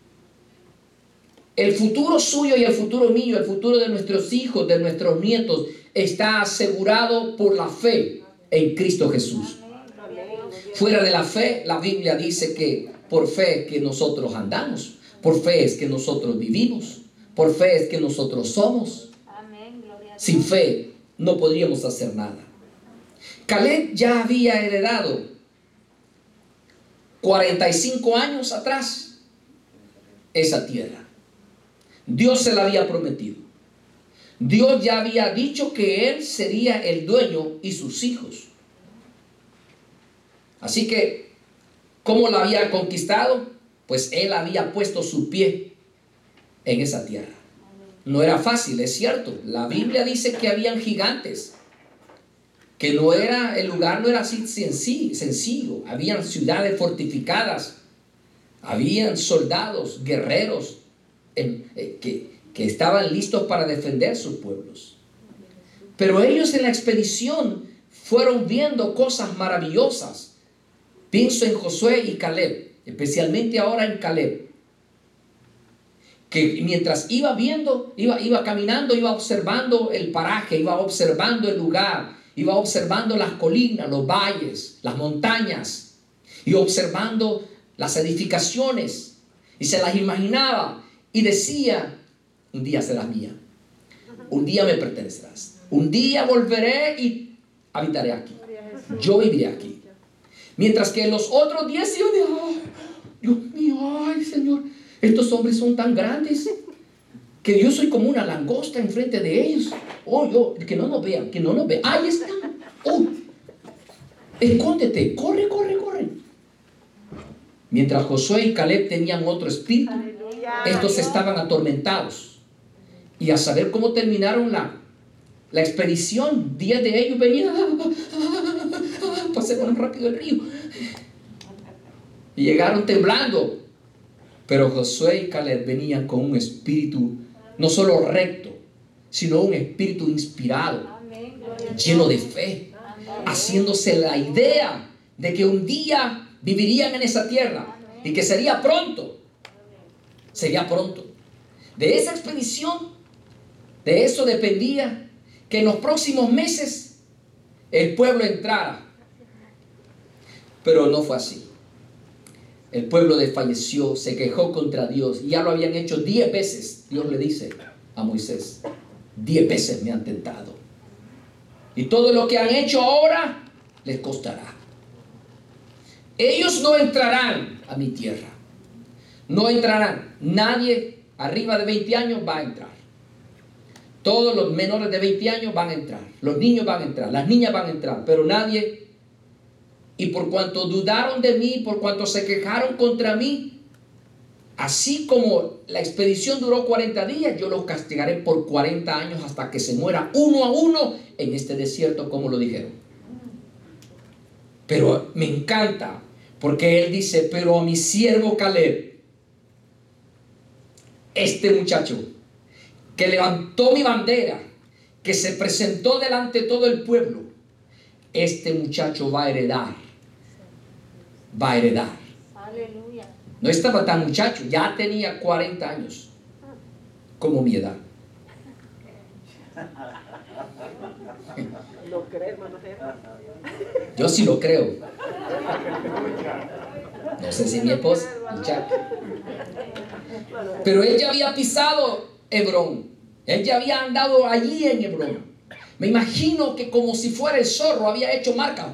S8: El futuro suyo y el futuro mío, el futuro de nuestros hijos, de nuestros nietos, está asegurado por la fe en Cristo Jesús. Fuera de la fe, la Biblia dice que por fe es que nosotros andamos, por fe es que nosotros vivimos, por fe es que nosotros somos. Sin fe no podríamos hacer nada. Caleb ya había heredado cuarenta y cinco años atrás esa tierra. Dios se la había prometido. Dios ya había dicho que él sería el dueño y sus hijos. Así que, ¿cómo la había conquistado? Pues él había puesto su pie en esa tierra. No era fácil, es cierto. La Biblia dice que habían gigantes, que no era, el lugar no era así sencillo, sencillo. Habían ciudades fortificadas, habían soldados, guerreros en, eh, que, que estaban listos para defender sus pueblos. Pero ellos en la expedición fueron viendo cosas maravillosas. Pienso en Josué y Caleb, especialmente ahora en Caleb, que mientras iba viendo, iba, iba caminando, iba observando el paraje, iba observando el lugar, iba observando las colinas, los valles, las montañas, y observando las edificaciones, y se las imaginaba, y decía: un día serás mía, un día me pertenecerás, un día volveré y habitaré aquí, yo viviré aquí. Mientras que los otros diez, yo digo: oh, Dios mío, ay Señor, estos hombres son tan grandes que yo soy como una langosta enfrente de ellos. Oh, yo, que no nos vean, que no nos vean. Ahí están. Oh, escóndete, corre, corre, corre. Mientras Josué y Caleb tenían otro espíritu, estos estaban atormentados. Y a saber cómo terminaron la, la expedición, diez de ellos venían, pasemos rápido el río, y llegaron temblando. Pero Josué y Caleb venían con un espíritu no solo recto, sino un espíritu inspirado, lleno de fe, haciéndose la idea de que un día vivirían en esa tierra y que sería pronto, sería pronto. De esa expedición, de eso dependía que en los próximos meses el pueblo entrara. Pero no fue así. El pueblo desfalleció, se quejó contra Dios. Y ya lo habían hecho diez veces. Dios le dice a Moisés: diez veces me han tentado. Y todo lo que han hecho ahora les costará. Ellos no entrarán a mi tierra. No entrarán. Nadie arriba de veinte años va a entrar. Todos los menores de veinte años van a entrar. Los niños van a entrar. Las niñas van a entrar. Pero nadie... Y por cuanto dudaron de mí, por cuanto se quejaron contra mí, así como la expedición duró cuarenta días, yo los castigaré por cuarenta años hasta que se muera uno a uno en este desierto, como lo dijeron. Pero me encanta, porque él dice: pero a mi siervo Caleb, este muchacho que levantó mi bandera, que se presentó delante de todo el pueblo, este muchacho va a heredar. Va a heredar.
S2: Aleluya.
S8: No estaba tan muchacho, ya tenía cuarenta años, como mi edad.
S6: ¿Lo crees, hermano?
S8: Yo sí lo creo. No sé si mi esposa, muchacho. Pero él ya había pisado Hebrón. Él ya había andado allí en Hebrón. Me imagino que como si fuera el zorro había hecho marca.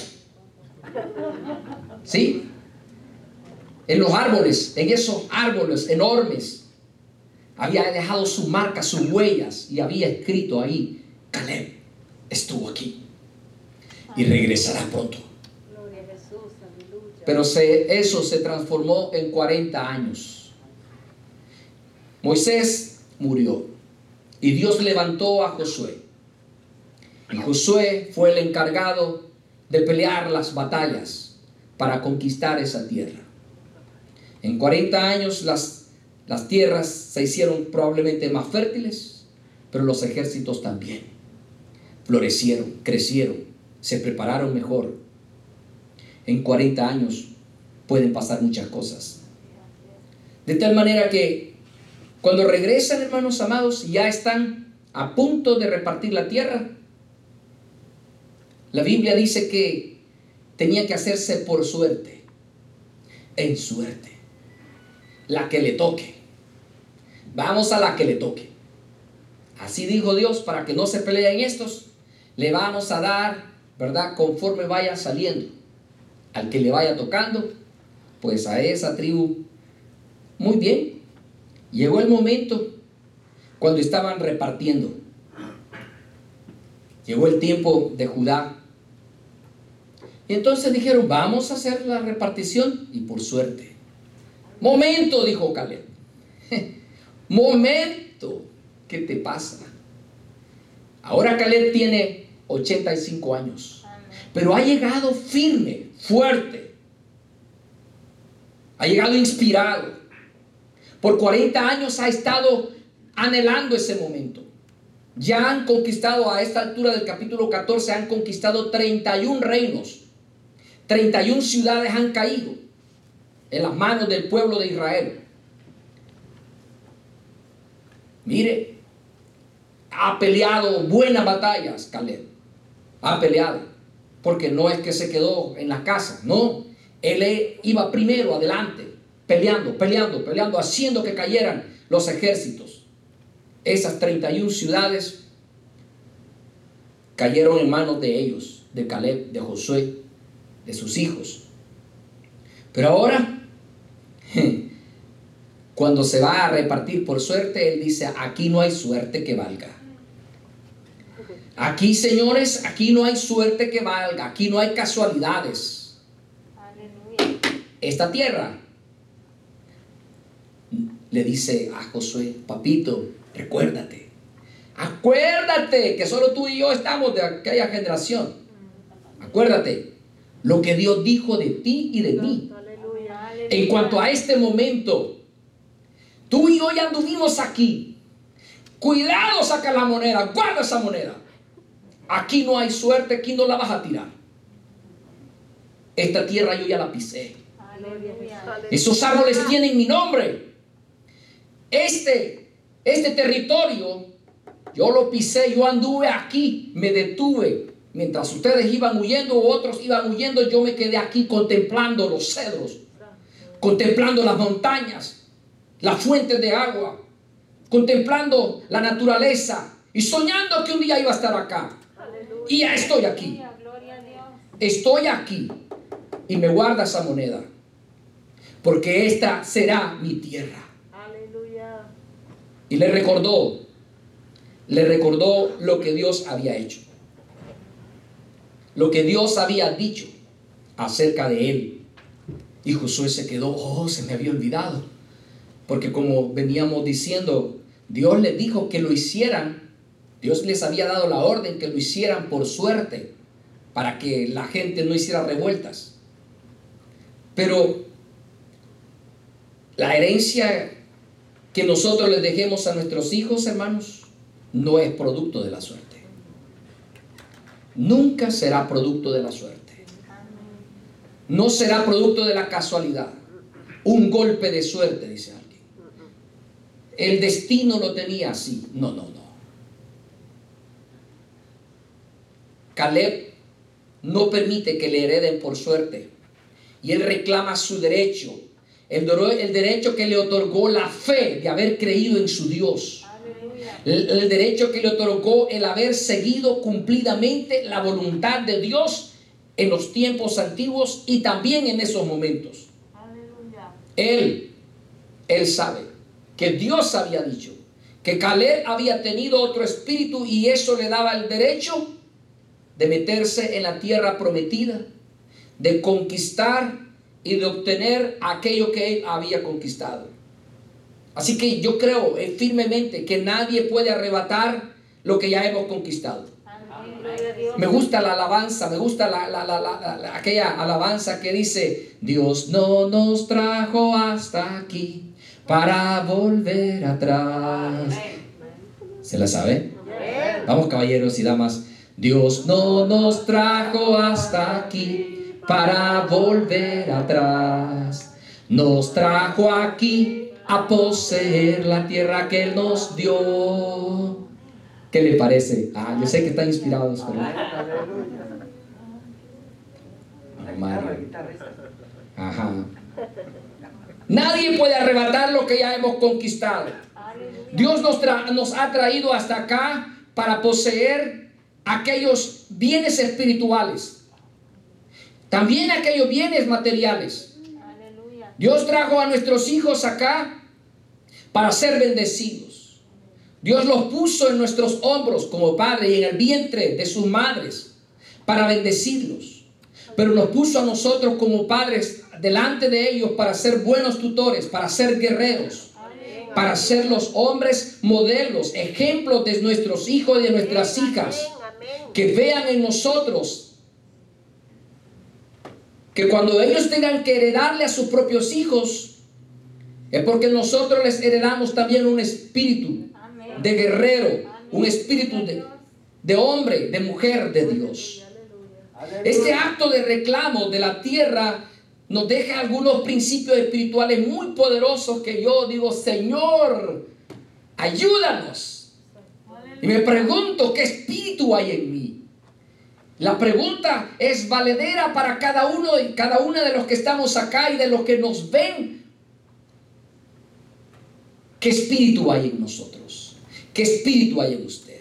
S8: ¿Sí? En los árboles, en esos árboles enormes, había dejado su marca, sus huellas, y había escrito ahí: Caleb estuvo aquí y regresará pronto.
S2: Gloria a Jesús, aleluya.
S8: Pero se, eso se transformó en cuarenta años. Moisés murió y Dios levantó a Josué. Y Josué fue el encargado de pelear las batallas para conquistar esa tierra. En cuarenta años las, las tierras se hicieron probablemente más fértiles, pero los ejércitos también florecieron, crecieron, se prepararon mejor. En cuarenta años pueden pasar muchas cosas. De tal manera que cuando regresan, hermanos amados, ya están a punto de repartir la tierra. La Biblia dice que tenía que hacerse por suerte, en suerte, la que le toque. Vamos a la que le toque. Así dijo Dios, para que no se peleen estos, le vamos a dar, ¿verdad?, conforme vaya saliendo. Al que le vaya tocando, pues a esa tribu. Muy bien. Llegó el momento cuando estaban repartiendo. Llegó el tiempo de Judá. Y entonces dijeron: vamos a hacer la repartición. Y por suerte. Momento, dijo Caleb. Momento. ¿Qué te pasa? Ahora Caleb tiene ochenta y cinco años. Pero ha llegado firme, fuerte. Ha llegado inspirado. Por cuarenta años ha estado anhelando ese momento. Ya han conquistado, a esta altura del capítulo catorce, han conquistado treinta y un reinos. treinta y una ciudades han caído en las manos del pueblo de Israel. Mire, ha peleado buenas batallas Caleb. Ha peleado. Porque no es que se quedó en la casa, no. Él iba primero, adelante, peleando, peleando, peleando, haciendo que cayeran los ejércitos. Esas treinta y una ciudades cayeron en manos de ellos, de Caleb, de Josué, de sus hijos. Pero ahora, cuando se va a repartir por suerte, él dice: aquí no hay suerte que valga. Aquí, señores, aquí no hay suerte que valga. Aquí no hay casualidades.
S2: Aleluya.
S8: Esta tierra, le dice a Josué: papito, recuérdate, acuérdate que solo tú y yo estamos de aquella generación. Acuérdate lo que Dios dijo de ti y de mí.
S2: Aleluya.
S8: En cuanto a este momento, tú y yo ya anduvimos aquí. Cuidado, saca la moneda, guarda esa moneda. Aquí no hay suerte, aquí no la vas a tirar. Esta tierra yo ya la pisé.
S2: Aleluya.
S8: Esos árboles tienen mi nombre. Este, este territorio, yo lo pisé, yo anduve aquí, me detuve. Mientras ustedes iban huyendo o otros iban huyendo, yo me quedé aquí contemplando los cedros, contemplando las montañas, las fuentes de agua, contemplando la naturaleza y soñando que un día iba a estar acá. Y ya estoy aquí.
S2: Gloria a Dios.
S8: Estoy aquí y me guarda esa moneda, porque esta será mi tierra.
S2: Aleluya.
S8: Y le recordó, le recordó lo que Dios había hecho, lo que Dios había dicho acerca de él. Y Josué se quedó: oh, se me había olvidado. Porque como veníamos diciendo, Dios les dijo que lo hicieran. Dios les había dado la orden que lo hicieran por suerte, para que la gente no hiciera revueltas. Pero la herencia que nosotros les dejemos a nuestros hijos, hermanos, no es producto de la suerte. Nunca será producto de la suerte. No será producto de la casualidad. Un golpe de suerte, dice alguien. El destino lo tenía así. No, no, no. Caleb no permite que le hereden por suerte. Y él reclama su derecho. El, el derecho que le otorgó la fe de haber creído en su Dios.
S2: Aleluya.
S8: el, el derecho que le otorgó el haber seguido cumplidamente la voluntad de Dios en los tiempos antiguos y también en esos momentos.
S4: Aleluya.
S8: Él, él sabe que Dios había dicho que Caleb había tenido otro espíritu y eso le daba el derecho de meterse en la tierra prometida, de conquistar y de obtener aquello que él había conquistado. Así que yo creo eh, firmemente que nadie puede arrebatar lo que ya hemos conquistado.
S2: Amén. Gloria a Dios.
S8: Me gusta la alabanza, me gusta la, la, la, la, la- aquella alabanza que dice: Dios no nos trajo hasta aquí para volver atrás. ¿Se la sabe? Vamos, caballeros y damas. Dios no nos trajo hasta aquí para volver atrás. Nos trajo aquí a poseer la tierra que Él nos dio. ¿Qué le parece? Ah, yo sé que están inspirados, pero... Ah, Mario. Ajá. Nadie puede arrebatar lo que ya hemos conquistado. Dios nos, tra- nos ha traído hasta acá para poseer aquellos bienes espirituales, también aquellos bienes materiales.
S2: Aleluya.
S8: Dios trajo a nuestros hijos acá para ser bendecidos. Dios los puso en nuestros hombros como padre y en el vientre de sus madres para bendecirlos. Pero nos puso a nosotros como padres delante de ellos para ser buenos tutores, para ser guerreros, para ser los hombres modelos, ejemplos de nuestros hijos y de nuestras hijas, que vean en nosotros que cuando ellos tengan que heredarle a sus propios hijos, es porque nosotros les heredamos también un espíritu
S2: Amén.
S8: de guerrero, un espíritu de, de hombre, de mujer de Dios. Este acto de reclamo de la tierra nos deja algunos principios espirituales muy poderosos que yo digo: Señor, ayúdanos. Y me pregunto, ¿qué espíritu hay en mí? La pregunta es valedera para cada uno y cada una de los que estamos acá y de los que nos ven. ¿Qué espíritu hay en nosotros? ¿Qué espíritu hay en usted?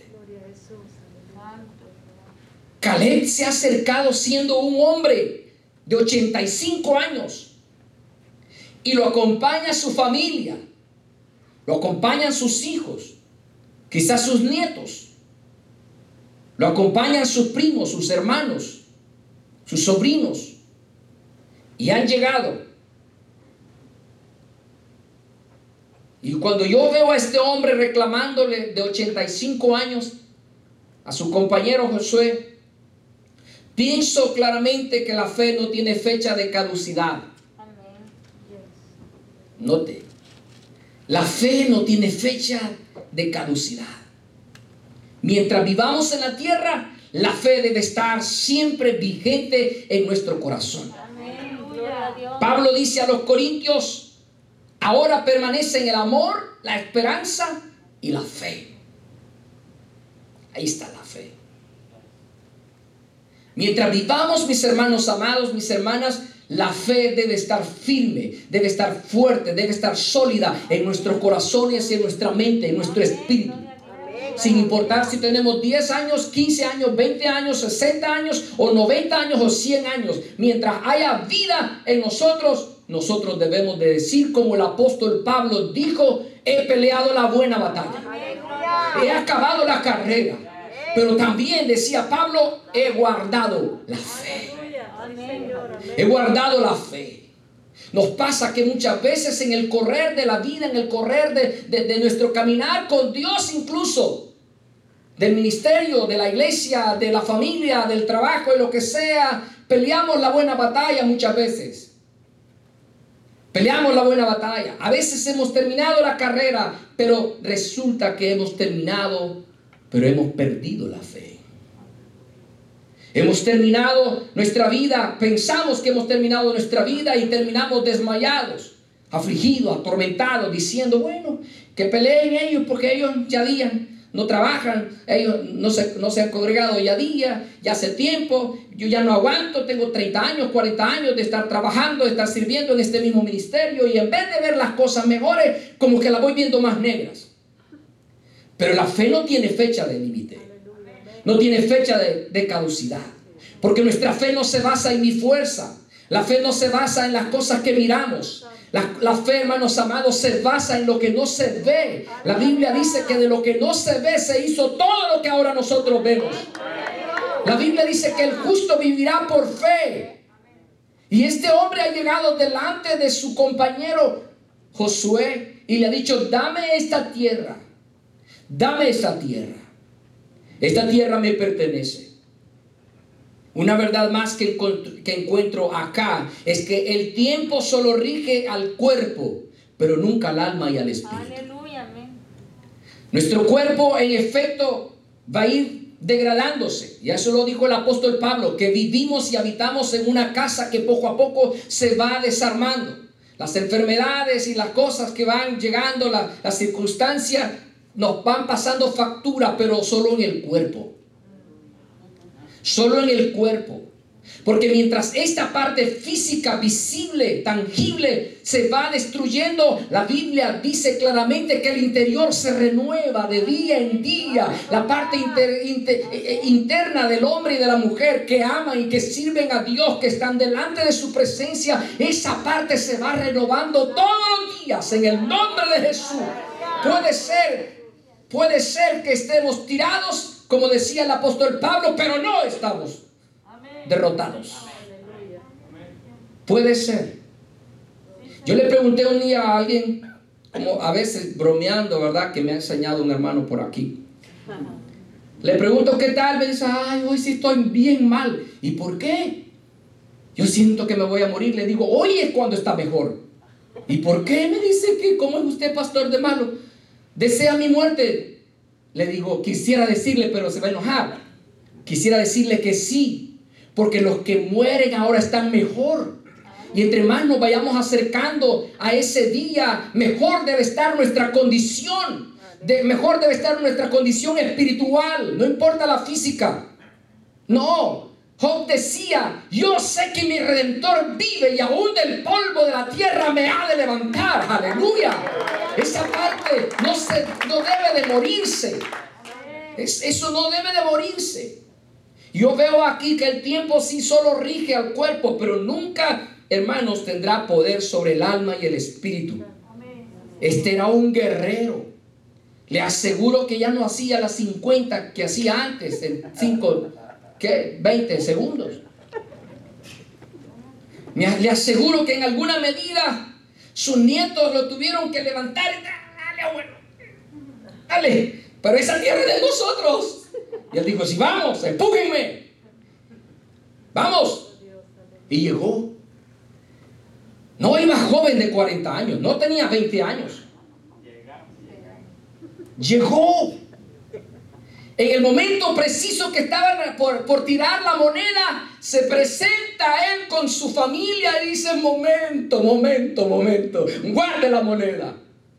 S8: Caleb se ha acercado siendo un hombre de ochenta y cinco años y lo acompaña su familia, lo acompañan sus hijos, quizás sus nietos, lo acompañan sus primos, sus hermanos, sus sobrinos, y han llegado. Y cuando yo veo a este hombre reclamándole de ochenta y cinco años a su compañero Josué, pienso claramente que la fe no tiene fecha de caducidad.
S2: Amén.
S8: Note, la fe no tiene fecha de caducidad. Mientras vivamos en la tierra, la fe debe estar siempre vigente en nuestro corazón.
S2: Amén. Gloria a Dios.
S8: Pablo dice a los corintios: ahora permanecen el amor, la esperanza y la fe. Ahí está la fe. Mientras vivamos, mis hermanos amados, mis hermanas, la fe debe estar firme, debe estar fuerte, debe estar sólida en nuestros corazones y en nuestra mente, en nuestro espíritu. Sin importar si tenemos diez años, quince años, veinte años, sesenta años o noventa años o cien años. Mientras haya vida en nosotros, nosotros debemos de decir como el apóstol Pablo dijo: he peleado la buena batalla, he acabado la carrera. Pero también decía Pablo: he guardado la fe.
S2: Amén.
S8: He guardado la fe. Nos pasa que muchas veces en el correr de la vida, en el correr de, de, de nuestro caminar con Dios, incluso del ministerio, de la iglesia, de la familia, del trabajo, de lo que sea, peleamos la buena batalla muchas veces. Peleamos la buena batalla. A veces hemos terminado la carrera, pero resulta que hemos terminado, pero hemos perdido la fe. Hemos terminado nuestra vida, pensamos que hemos terminado nuestra vida y terminamos desmayados, afligidos, atormentados, diciendo: bueno, que peleen ellos porque ellos ya día no trabajan, ellos no se, no se han congregado ya día, ya hace tiempo, yo ya no aguanto, tengo treinta años, cuarenta años de estar trabajando, de estar sirviendo en este mismo ministerio, y en vez de ver las cosas mejores, como que las voy viendo más negras. Pero la fe no tiene fecha de límite. No tiene fecha de, de caducidad. Porque nuestra fe no se basa en mi fuerza. La fe no se basa en las cosas que miramos. La, la fe, hermanos amados, se basa en lo que no se ve. La Biblia dice que de lo que no se ve se hizo todo lo que ahora nosotros vemos. La Biblia dice que el justo vivirá por fe. Y este hombre ha llegado delante de su compañero Josué y le ha dicho: dame esta tierra. Dame esta tierra. Esta tierra me pertenece. Una verdad más que encuentro, que encuentro acá es que el tiempo solo rige al cuerpo, pero nunca al alma y al espíritu.
S2: Aleluya, amén.
S8: Nuestro cuerpo, en efecto, va a ir degradándose. Y eso lo dijo el apóstol Pablo, que vivimos y habitamos en una casa que poco a poco se va desarmando. Las enfermedades y las cosas que van llegando, la, las circunstancias, nos van pasando factura, pero solo en el cuerpo. Solo en el cuerpo. Porque mientras esta parte física, visible, tangible, se va destruyendo, la Biblia dice claramente que el interior se renueva de día en día. La parte inter, inter, interna del hombre y de la mujer que aman y que sirven a Dios, que están delante de su presencia, esa parte se va renovando todos los días en el nombre de Jesús. Puede ser, puede ser que estemos tirados, como decía el apóstol Pablo, pero no estamos derrotados. Puede ser. Yo le pregunté un día a alguien, como a veces bromeando, ¿verdad? Que me ha enseñado un hermano por aquí. Le pregunto: ¿qué tal? Me dice: ay, hoy sí estoy bien mal. ¿Y por qué? Yo siento que me voy a morir. Le digo: hoy es cuando está mejor. ¿Y por qué? Me dice que, ¿cómo es usted, pastor, de malo? ¿Desea mi muerte? Le digo: quisiera decirle, pero se va a enojar. Quisiera decirle que sí, porque los que mueren ahora están mejor. Y entre más nos vayamos acercando a ese día, mejor debe estar nuestra condición. De, mejor debe estar nuestra condición espiritual. No importa la física. No. Job decía: yo sé que mi Redentor vive y aún del polvo de la tierra me ha de levantar. Aleluya. Esa parte no, se, no debe de morirse. Es, eso no debe de morirse. Yo veo aquí que el tiempo sí solo rige al cuerpo, pero nunca, hermanos, tendrá poder sobre el alma y el espíritu. Este era un guerrero. Le aseguro que ya no hacía las cincuenta que hacía antes en cinco, ¿qué? veinte segundos. Le aseguro que en alguna medida sus nietos lo tuvieron que levantar. Dale, abuelo, dale, pero esa tierra es de nosotros. Y él dijo: sí, vamos, empújenme, vamos. Y llegó. No iba joven de cuarenta años, no tenía veinte años. Llegó. En el momento preciso que estaban por, por tirar la moneda, se presenta él con su familia y dice: momento, momento, momento, guarde la moneda.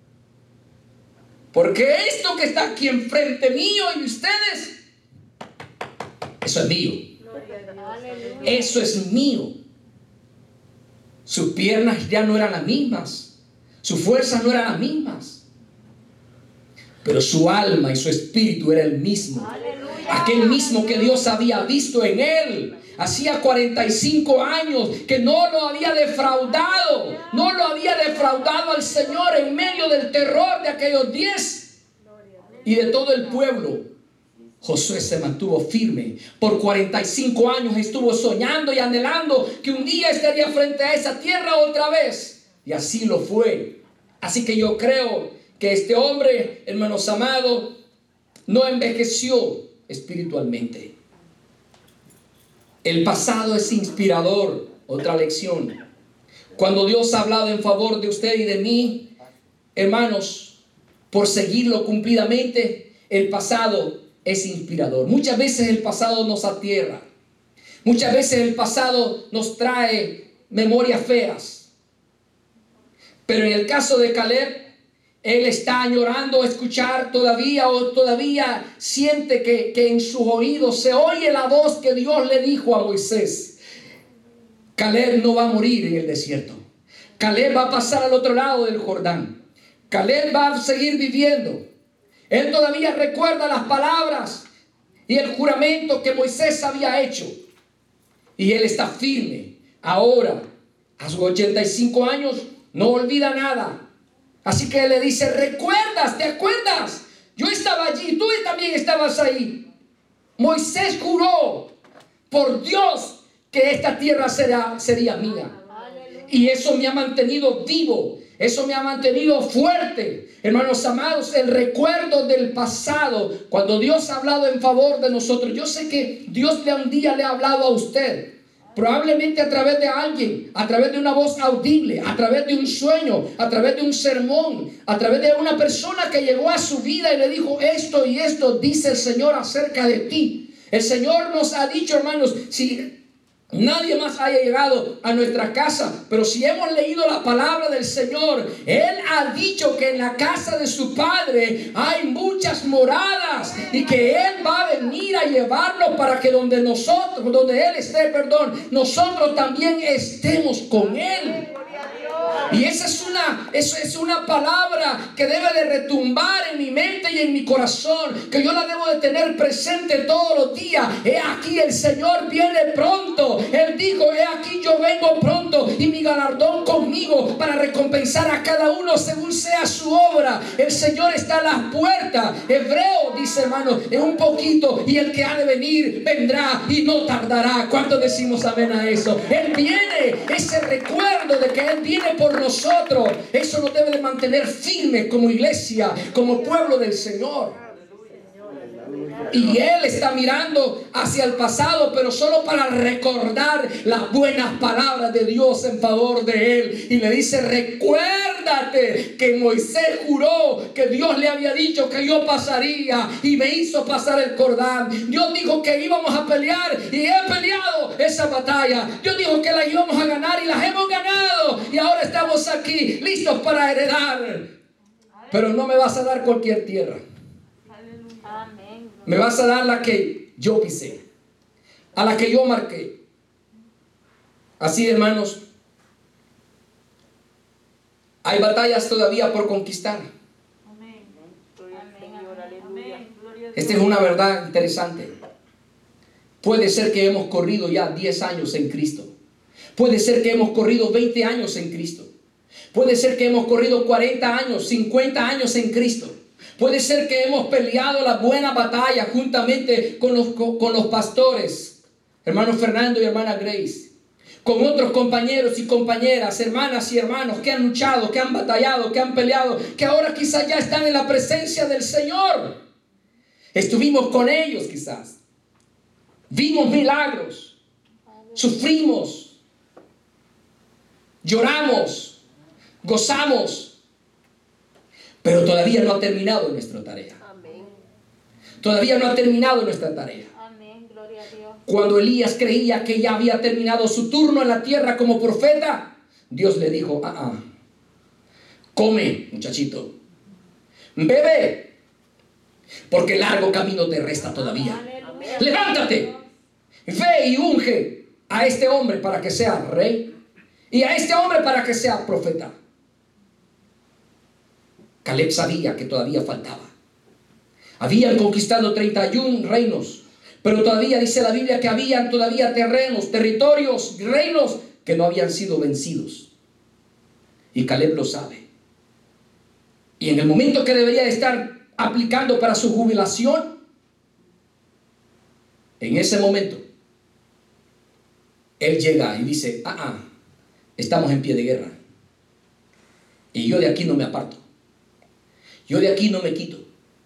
S8: Porque esto que está aquí enfrente mío y ustedes, eso es mío. Eso es mío. Sus piernas ya no eran las mismas. Sus fuerzas no eran las mismas. Pero su alma y su espíritu era el mismo. Aquel mismo que Dios había visto en él. Hacía cuarenta y cinco años que no lo había defraudado. No lo había defraudado al Señor en medio del terror de aquellos diez. Y de todo el pueblo. Josué se mantuvo firme. Por cuarenta y cinco años estuvo soñando y anhelando que un día estaría frente a esa tierra otra vez. Y así lo fue. Así que yo creo que este hombre, hermanos amados, no envejeció espiritualmente. El pasado es inspirador. Otra lección. Cuando Dios ha hablado en favor de usted y de mí, hermanos, por seguirlo cumplidamente, el pasado es inspirador. Muchas veces el pasado nos atierra. Muchas veces el pasado nos trae memorias feas. Pero en el caso de Caleb, él está añorando escuchar todavía o todavía siente que, que en sus oídos se oye la voz que Dios le dijo a Moisés. Caleb no va a morir en el desierto. Caleb va a pasar al otro lado del Jordán. Caleb va a seguir viviendo. Él todavía recuerda las palabras y el juramento que Moisés había hecho. Y él está firme. Ahora, a sus ochenta y cinco años, no olvida nada. Así que él le dice, ¿recuerdas? ¿Te acuerdas? Yo estaba allí, tú también estabas ahí. Moisés juró por Dios que esta tierra será, sería mía. Y eso me ha mantenido vivo. Eso me ha mantenido fuerte. Hermanos amados, el recuerdo del pasado, cuando Dios ha hablado en favor de nosotros. Yo sé que Dios de un día le ha hablado a usted. Probablemente a través de alguien, a través de una voz audible, a través de un sueño, a través de un sermón, a través de una persona que llegó a su vida y le dijo esto y esto dice el Señor acerca de ti. El Señor nos ha dicho, hermanos, si nadie más haya llegado a nuestra casa, pero si hemos leído la palabra del Señor, Él ha dicho que en la casa de su Padre hay muchas moradas y que Él va a venir a llevarnos para que donde nosotros, donde Él esté, perdón, nosotros también estemos con Él. Y esa es una, eso es una palabra que debe de retumbar en mi mente y en mi corazón, que yo la debo de tener presente todos los días. He aquí el Señor viene pronto. Él dijo, he aquí yo vengo pronto y mi galardón conmigo para recompensar a cada uno según sea su obra. El Señor está a las puertas. Hebreo dice, hermano, en un poquito, y el que ha de venir vendrá y no tardará. ¿Cuántos decimos amén a eso? Él viene, ese recuerdo de que Él viene por nosotros, eso nos debe de mantener firmes como iglesia, como pueblo del Señor. Y Él está mirando hacia el pasado, pero solo para recordar las buenas palabras de Dios en favor de Él. Y le dice, recuérdate que Moisés juró que Dios le había dicho que yo pasaría y me hizo pasar el Jordán. Dios dijo que íbamos a pelear y he peleado esa batalla. Dios dijo que la íbamos a ganar y las hemos ganado. Y ahora estamos aquí listos para heredar. Pero no me vas a dar cualquier tierra.
S2: Amén.
S8: Me vas a dar la que yo pisé, a la que yo marqué. Así, hermanos, hay batallas todavía por conquistar.
S4: Amén.
S8: Esta es una verdad interesante. Puede ser que hemos corrido ya diez años en Cristo. Puede ser que hemos corrido veinte años en Cristo. Puede ser que hemos corrido cuarenta años, cincuenta años en Cristo. Puede ser que hemos peleado la buena batalla juntamente con los, con, con los pastores, hermano Fernando y hermana Grace, con otros compañeros y compañeras, hermanas y hermanos que han luchado, que han batallado, que han peleado, que ahora quizás ya están en la presencia del Señor. Estuvimos con ellos quizás, vimos milagros, sufrimos, lloramos, gozamos. Pero todavía no ha terminado nuestra tarea.
S2: Amén.
S8: Todavía no ha terminado nuestra tarea.
S2: Amén. Gloria a Dios.
S8: Cuando Elías creía que ya había terminado su turno en la tierra como profeta, Dios le dijo, ah, ah, come, muchachito, bebe, porque largo camino te resta todavía.
S2: Aleluya.
S8: Levántate, ve y unge a este hombre para que sea rey y a este hombre para que sea profeta. Caleb sabía que todavía faltaba. Habían conquistado treinta y uno reinos, pero todavía dice la Biblia que habían todavía terrenos, territorios, reinos que no habían sido vencidos. Y Caleb lo sabe. Y en el momento que debería estar aplicando para su jubilación, en ese momento, él llega y dice, ah, ah, estamos en pie de guerra. Y yo de aquí no me aparto. Yo de aquí no me quito.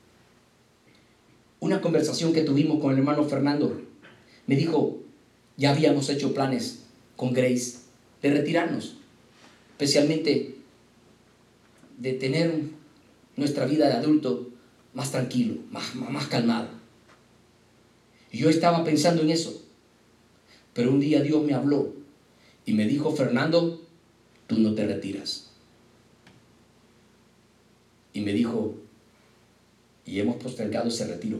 S8: Una conversación que tuvimos con el hermano Fernando, me dijo, ya habíamos hecho planes con Grace de retirarnos, especialmente de tener nuestra vida de adulto más tranquilo, más, más, más calmado. Y yo estaba pensando en eso, pero un día Dios me habló y me dijo, Fernando, tú no te retiras. Y me dijo, y hemos postergado ese retiro.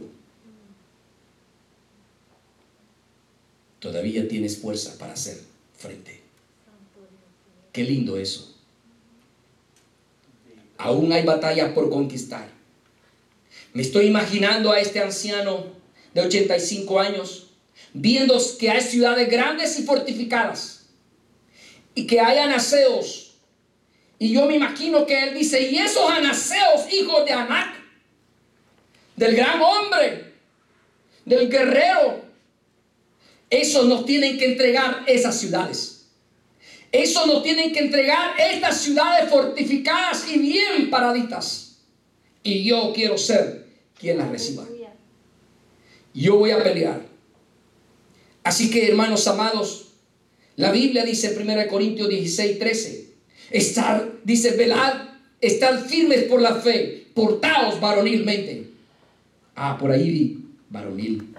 S8: Todavía tienes fuerza para hacer frente. Qué lindo eso. Aún hay batallas por conquistar. Me estoy imaginando a este anciano de ochenta y cinco años, viendo que hay ciudades grandes y fortificadas, y que hay anaseos. Y yo me imagino que él dice, y esos anaseos, hijos de Anac, del gran hombre, del guerrero, esos nos tienen que entregar esas ciudades. Esos nos tienen que entregar estas ciudades fortificadas y bien paraditas. Y yo quiero ser quien las reciba. Yo voy a pelear. Así que, hermanos amados, la Biblia dice en primera Corintios dieciséis, trece, estar, dice, velad, estad firmes por la fe, portaos varonilmente. Ah, por ahí vi varonil.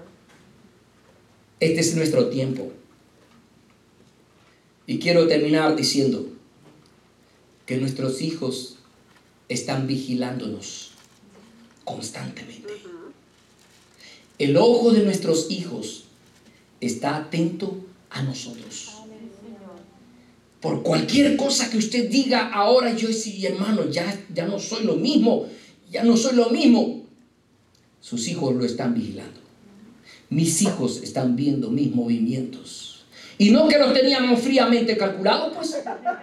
S8: Este es nuestro tiempo. Y quiero terminar diciendo que nuestros hijos están vigilándonos constantemente. El ojo de nuestros hijos está atento a nosotros. Por cualquier cosa que usted diga ahora, yo sí, hermano, ya, ya no soy lo mismo, ya no soy lo mismo. Sus hijos lo están vigilando. Mis hijos están viendo mis movimientos. Y no que los teníamos fríamente calculados, pues.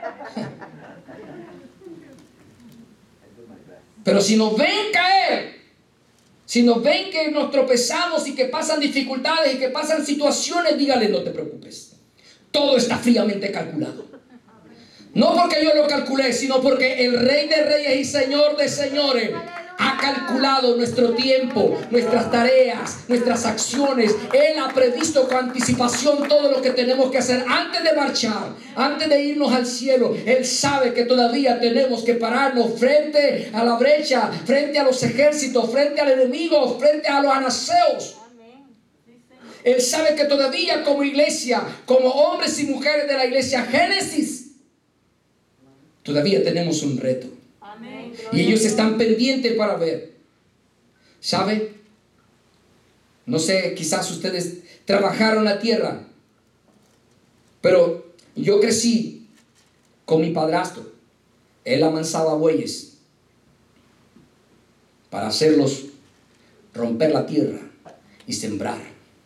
S8: Pero si nos ven caer, si nos ven que nos tropezamos y que pasan dificultades y que pasan situaciones, dígale, no te preocupes. Todo está fríamente calculado. No porque yo lo calculé, sino porque el Rey de Reyes y Señor de Señores ha calculado nuestro tiempo, nuestras tareas, nuestras acciones. Él ha previsto con anticipación todo lo que tenemos que hacer antes de marchar, antes de irnos al cielo. Él sabe que todavía tenemos que pararnos frente a la brecha, frente a los ejércitos, frente al enemigo, frente a los anaseos. Él sabe que todavía como iglesia, como hombres y mujeres de la iglesia Génesis, todavía tenemos un reto.
S2: Amén.
S8: Y ellos están pendientes para ver. ¿Sabe? No sé, quizás ustedes trabajaron la tierra, pero yo crecí con mi padrastro. Él amansaba bueyes para hacerlos romper la tierra y sembrar.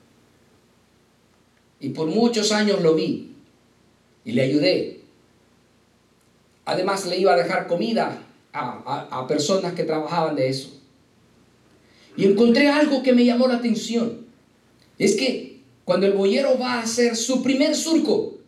S8: Y por muchos años lo vi y le ayudé. Además le iba a dejar comida a, a, a personas que trabajaban de eso. Y encontré algo que me llamó la atención. Es que cuando el boyero va a hacer su primer surco,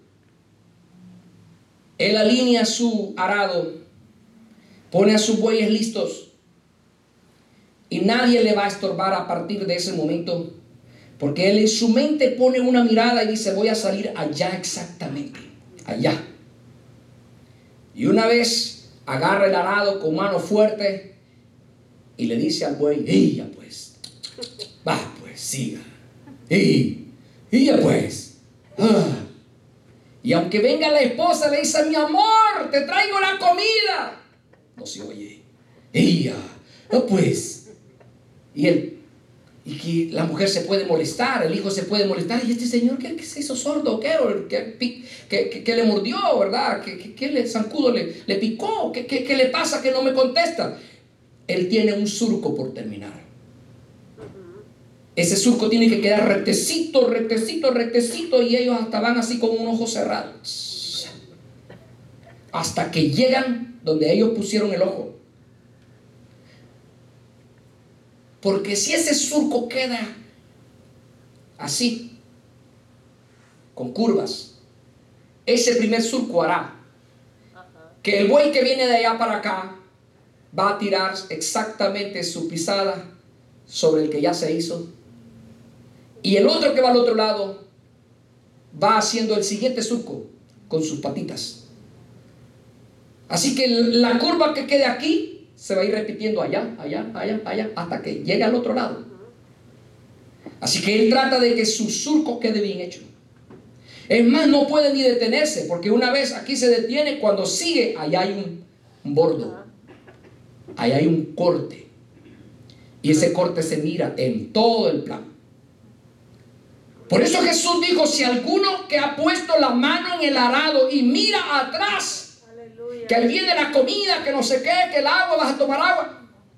S8: él alinea su arado, pone a sus bueyes listos y nadie le va a estorbar a partir de ese momento, porque él en su mente pone una mirada y dice, voy a salir allá exactamente, allá. Y una vez agarra el arado con mano fuerte y le dice al buey, y ya pues, va pues, siga, y, y ya pues. Ah. Y aunque venga la esposa, le dice, mi amor, te traigo la comida. No se oye, y ya, ah, pues. Y él, y que la mujer se puede molestar, el hijo se puede molestar, y este señor, ¿qué, qué se hizo sordo? ¿Qué, qué, qué, qué, qué le mordió, verdad? ¿Qué, qué, qué le, zancudo le, le picó? ¿Qué, qué, ¿Qué le pasa que no me contesta? Él tiene un surco por terminar. Ese surco tiene que quedar rectecito, rectecito, rectecito, y ellos hasta van así con un ojo cerrado. Hasta que llegan donde ellos pusieron el ojo. Porque si ese surco queda así, con curvas, ese primer surco hará que el buey que viene de allá para acá va a tirar exactamente su pisada sobre el que ya se hizo, y el otro que va al otro lado va haciendo el siguiente surco con sus patitas. Así que la curva que quede aquí se va a ir repitiendo allá, allá, allá, allá, hasta que llegue al otro lado. Así que él trata de que su surco quede bien hecho. Es más, no puede ni detenerse, porque una vez aquí se detiene, cuando sigue, allá hay un, un bordo, allá hay un corte, y ese corte se mira en todo el plan. Por eso Jesús dijo, si alguno que ha puesto la mano en el arado y mira atrás, que ahí viene la comida, que no sé qué, que el agua, vas a tomar agua,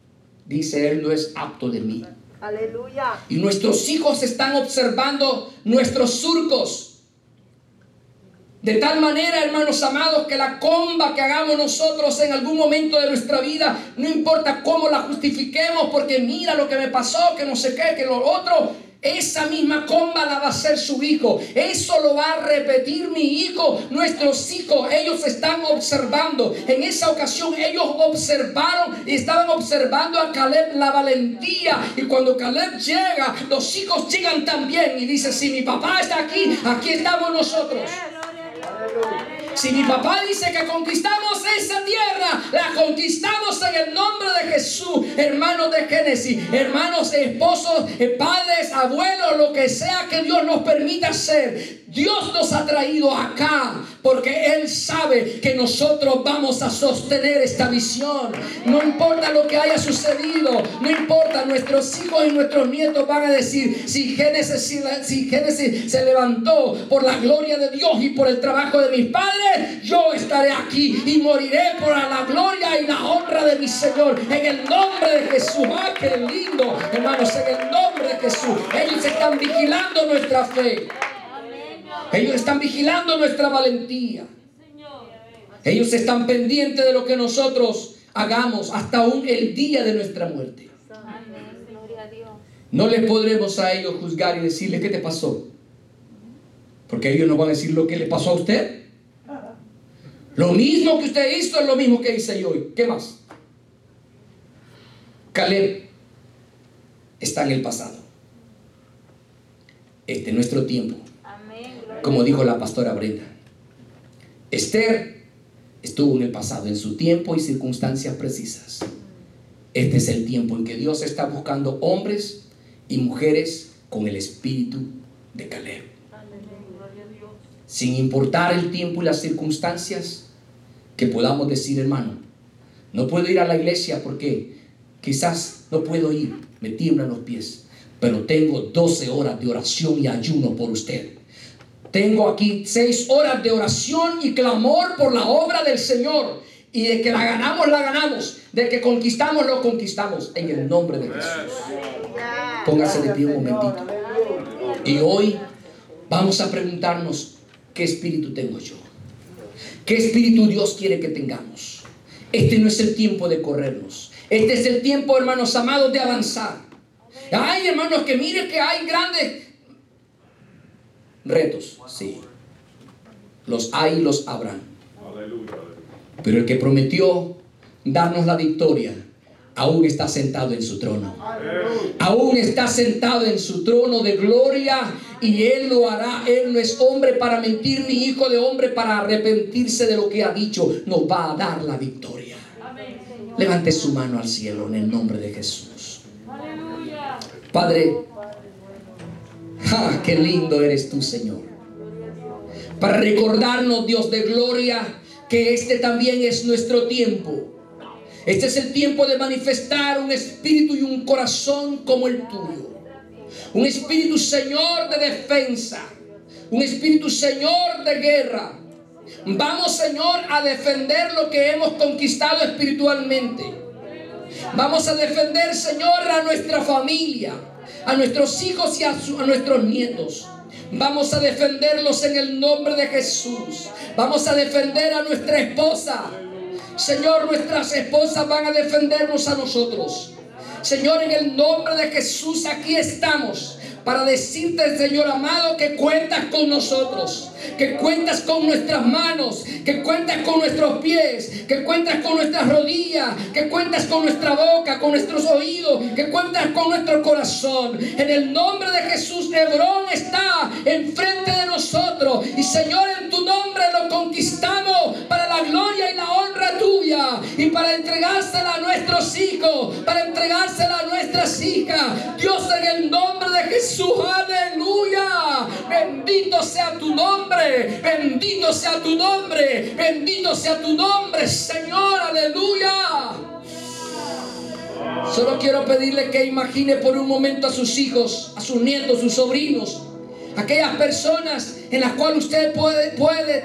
S8: dice él, no es apto de mí.
S5: Aleluya.
S8: Y nuestros hijos están observando nuestros surcos. De tal manera, hermanos amados, que la comba que hagamos nosotros en algún momento de nuestra vida, no importa cómo la justifiquemos, porque mira lo que me pasó, que no sé qué, que lo otro, esa misma comba la va a hacer su hijo. Eso lo va a repetir mi hijo, nuestros hijos. Ellos están observando. En esa ocasión ellos observaron y estaban observando a Caleb la valentía. Y cuando Caleb llega, los hijos llegan también y dicen, si mi papá está aquí, aquí estamos nosotros. Si mi papá dice que conquistamos esa tierra, la conquistamos en el nombre de Jesús. Hermanos de Génesis, hermanos, esposos, padres, abuelos, lo que sea que Dios nos permita hacer, Dios nos ha traído acá porque Él sabe que nosotros vamos a sostener esta visión. No importa lo que haya sucedido, no importa, nuestros hijos y nuestros nietos van a decir, si Génesis, si Génesis se levantó por la gloria de Dios y por el trabajo de mis padres, yo estaré aquí y moriré por la gloria y la honra de mi Señor, en el nombre de Jesús. ¡Ah, qué lindo, hermanos! En el nombre de Jesús. Ellos están vigilando nuestra fe. Ellos están vigilando nuestra valentía. Ellos están pendientes de lo que nosotros hagamos hasta aún el día de nuestra muerte. No les podremos a ellos juzgar y decirles, ¿qué te pasó? Porque ellos nos van a decir lo que le pasó a usted. Lo mismo que usted hizo es lo mismo que hice yo. ¿Qué más? Caleb está en el pasado. Este es nuestro tiempo. Como dijo la pastora Brenda, Esther estuvo en el pasado, en su tiempo y circunstancias precisas. Este es el tiempo en que Dios está buscando hombres y mujeres con el espíritu de Caleb. Sin importar el tiempo y las circunstancias, que podamos decir, hermano, no puedo ir a la iglesia porque quizás no puedo ir, me tiemblan los pies, pero tengo doce horas de oración y ayuno por usted. Tengo aquí seis horas de oración y clamor por la obra del Señor. Y de que la ganamos, la ganamos. De que conquistamos, lo conquistamos. En el nombre de Jesús. Póngase de pie un momentito. Y hoy vamos a preguntarnos, ¿qué espíritu tengo yo? ¿Qué espíritu Dios quiere que tengamos? Este no es el tiempo de corrernos. Este es el tiempo, hermanos amados, de avanzar. Hay hermanos que miren que hay grandes retos, sí. Los hay y los habrán. Pero el que prometió darnos la victoria aún está sentado en su trono. Aún está sentado en su trono de gloria y Él lo hará. Él no es hombre para mentir ni hijo de hombre para arrepentirse de lo que ha dicho. Nos va a dar la victoria. Levante su mano al cielo en el nombre de Jesús. Padre, ¡ah, qué lindo eres tú, Señor! Para recordarnos, Dios de gloria, que este también es nuestro tiempo. Este es el tiempo de manifestar un espíritu y un corazón como el tuyo. Un espíritu, Señor, de defensa. Un espíritu, Señor, de guerra. Vamos, Señor, a defender lo que hemos conquistado espiritualmente. Vamos a defender, Señor, a nuestra familia, a nuestros hijos y a, su, a nuestros nietos. Vamos a defenderlos en el nombre de Jesús. Vamos a defender a nuestra esposa. Señor, nuestras esposas van a defendernos a nosotros. Señor, en el nombre de Jesús, aquí estamos para decirte, Señor amado, que cuentas con nosotros, que cuentas con nuestras manos, que cuentas con nuestros pies, que cuentas con nuestras rodillas, que cuentas con nuestra boca, con nuestros oídos, que cuentas con nuestro corazón. En el nombre de Jesús, Hebrón está enfrente de nosotros y, Señor, en tu nombre lo conquistamos para la gloria y la honra tuya y para entregársela a nuestros hijos, para entregársela a nuestras hijas. Dios, en el nombre de Jesús, aleluya, bendito sea tu nombre, bendito sea tu nombre, bendito sea tu nombre, Señor, aleluya. Solo quiero pedirle que imagine por un momento a sus hijos, a sus nietos, sus sobrinos, aquellas personas en las cuales usted puede, puede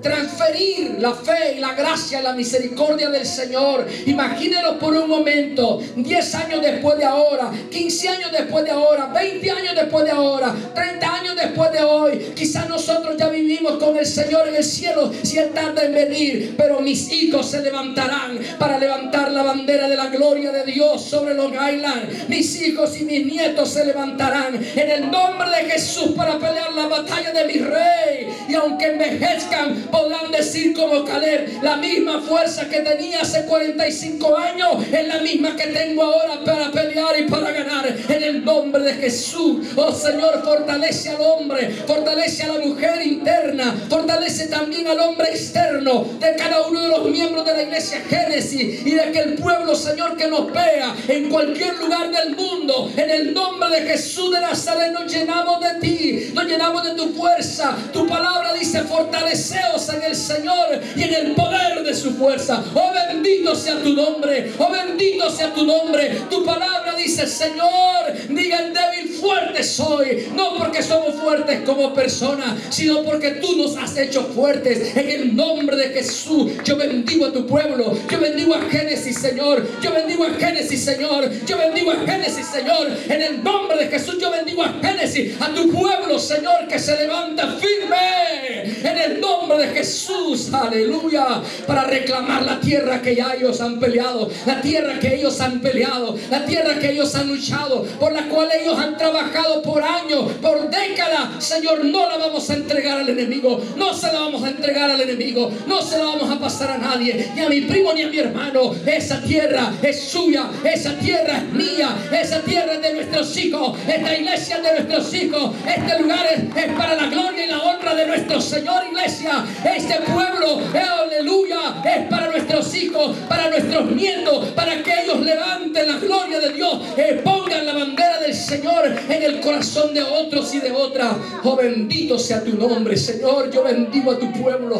S8: transferir la fe y la gracia y la misericordia del Señor. Imagínenlo por un momento, diez años después de ahora, quince años después de ahora, veinte años después de ahora, treinta años después de hoy. Quizás nosotros ya vivimos con el Señor en el cielo, si Él tarda en venir, pero mis hijos se levantarán para levantar la bandera de la gloria de Dios sobre Long Island. Mis hijos y mis nietos se levantarán en el nombre de Jesús para pelear la batalla de mi rey. Y aunque envejezcan, podrán decir como Caleb: la misma fuerza que tenía hace cuarenta y cinco años es la misma que tengo ahora para pelear y para ganar, en el nombre de Jesús. Oh Señor, fortalece al hombre, fortalece a la mujer interna, fortalece también al hombre externo de cada uno de los miembros de la iglesia Génesis y de aquel pueblo, Señor, que nos vea en cualquier lugar del mundo. En el nombre de Jesús de Nazaret nos llenamos de ti, nos llenamos de tu fuerza. Tu palabra dice: fortaleceos en el Señor y en el poder de su fuerza. Oh, bendito sea tu nombre, oh, bendito sea tu nombre. Tu palabra dice: Señor, diga el débil, fuerte soy. No porque somos fuertes como personas, sino porque tú nos has hecho fuertes. En el nombre de Jesús, yo bendigo a tu pueblo. Yo bendigo a Génesis, Señor. Yo bendigo a Génesis, Señor. Yo bendigo a Génesis, Señor. En el nombre de Jesús, yo bendigo a Génesis, a tu pueblo, Señor, que se levanta firme. En el nombre de Jesús, aleluya, para reclamar la tierra que ya ellos han peleado, la tierra que ellos han peleado, la tierra que ellos han luchado, por la cual ellos han trabajado por años, por décadas. Señor, no la vamos a entregar al enemigo, no se la vamos a entregar al enemigo, no se la vamos a pasar a nadie, ni a mi primo ni a mi hermano. Esa tierra es suya, esa tierra es mía, esa tierra es de nuestros hijos, esta iglesia es de nuestros hijos, este lugar es, es para la gloria y la honra de nuestro Señor. Iglesia, este pueblo, aleluya, es para nuestros hijos, para nuestros nietos, para que ellos levanten la gloria de Dios, eh, pongan la bandera del Señor en el corazón de otros y de otras. Oh, bendito sea tu nombre, Señor. Yo bendigo a tu pueblo.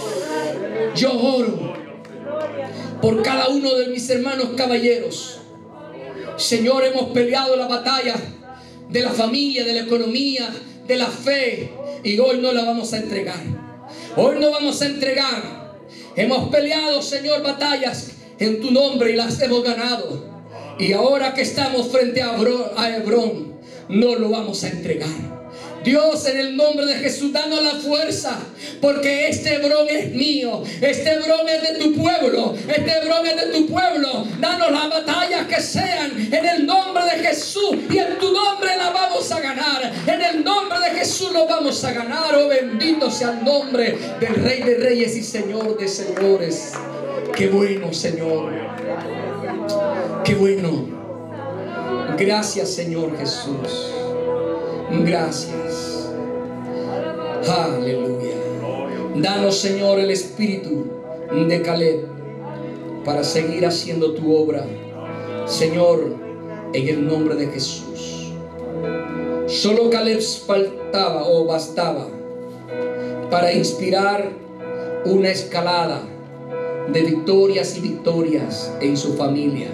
S8: Yo oro por cada uno de mis hermanos caballeros. Señor, hemos peleado la batalla de la familia, de la economía, de la fe, y hoy no la vamos a entregar. Hoy no vamos a entregar. Hemos peleado, Señor, batallas en tu nombre y las hemos ganado. Y ahora que estamos frente a Hebrón, no lo vamos a entregar. Dios, en el nombre de Jesús, danos la fuerza, porque este Hebrón es mío, este Hebrón es de tu pueblo, este Hebrón es de tu pueblo. Danos las batallas que sean, en el nombre de Jesús, y en tu nombre la vamos a ganar. En el nombre de Jesús lo vamos a ganar. Oh, bendito sea el nombre del Rey de Reyes y Señor de Señores. Qué bueno, Señor, qué bueno. Gracias, Señor Jesús. Gracias. Aleluya. Danos, Señor, el espíritu de Caleb para seguir haciendo tu obra, Señor, en el nombre de Jesús. Solo Caleb faltaba o bastaba para inspirar una escalada de victorias y victorias en su familia.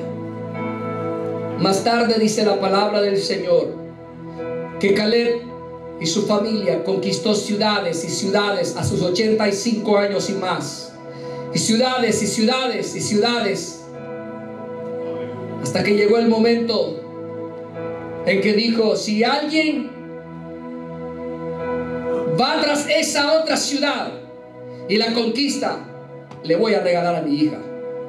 S8: Más tarde dice la palabra del Señor que Caleb y su familia conquistó ciudades y ciudades a sus ochenta y cinco años y más, y ciudades y ciudades y ciudades, hasta que llegó el momento en que dijo: si alguien va tras esa otra ciudad y la conquista, le voy a regalar a mi hija.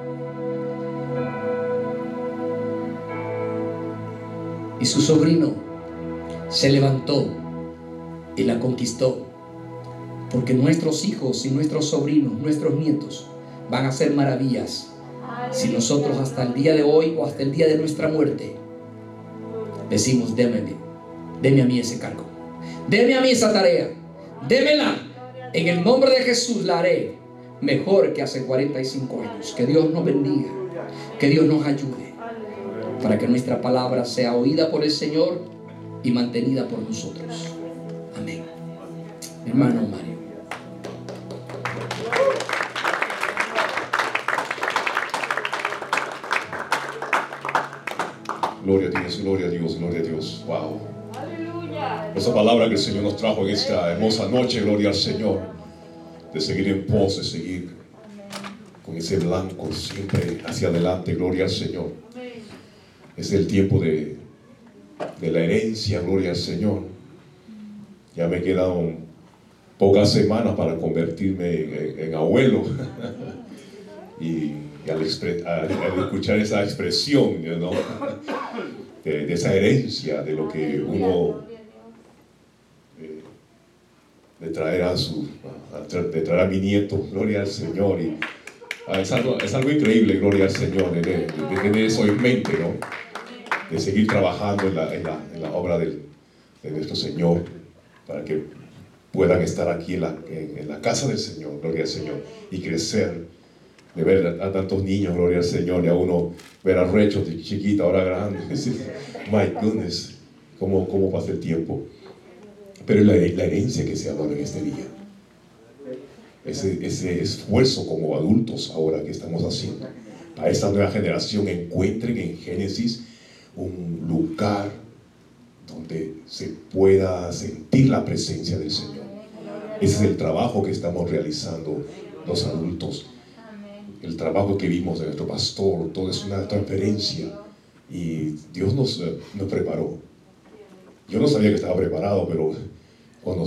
S8: Y su sobrino se levantó y la conquistó, porque nuestros hijos y nuestros sobrinos, nuestros nietos van a hacer maravillas si nosotros hasta el día de hoy o hasta el día de nuestra muerte decimos: déme, déme a mí ese cargo, déme a mí esa tarea, démela. En el nombre de Jesús la haré mejor que hace cuarenta y cinco años. Que Dios nos bendiga, que Dios nos ayude para que nuestra palabra sea oída por el Señor y mantenida por nosotros. Amén. Hermano Mario.
S1: Gloria a Dios, gloria a Dios, gloria a Dios. Wow. Esa palabra que el Señor nos trajo en esta hermosa noche, gloria al Señor. de seguir en pos, de seguir con ese blanco siempre hacia adelante. Gloria al Señor. Es el tiempo de, de la herencia. Gloria al Señor. Ya me quedan pocas semanas para convertirme en, en abuelo. y, y al, expre, al, al escuchar esa expresión, ¿no? de, de esa herencia, de lo que uno eh, de traer a su a, de traer a mi nieto. Gloria al Señor. Y ah, es, algo, es algo increíble. Gloria al Señor, de, de, de tener eso en mente, ¿no? De seguir trabajando en la, en la, en la obra del, de nuestro Señor, para que puedan estar aquí en la, en, en la casa del Señor. Gloria al Señor. Y crecer, de ver a, a tantos niños. Gloria al Señor. Y a uno ver a Recho de chiquita, ahora grande. My goodness, cómo, cómo pasa el tiempo. Pero la, la herencia que se ha dado en este día, ese, ese esfuerzo como adultos ahora que estamos haciendo, para esta nueva generación encuentren en Génesis un lugar donde se pueda sentir la presencia del Señor. Ese es el trabajo que estamos realizando los adultos. El trabajo que vimos de nuestro pastor, todo es una transferencia. Y Dios nos, nos preparó. Yo no sabía que estaba preparado, pero cuando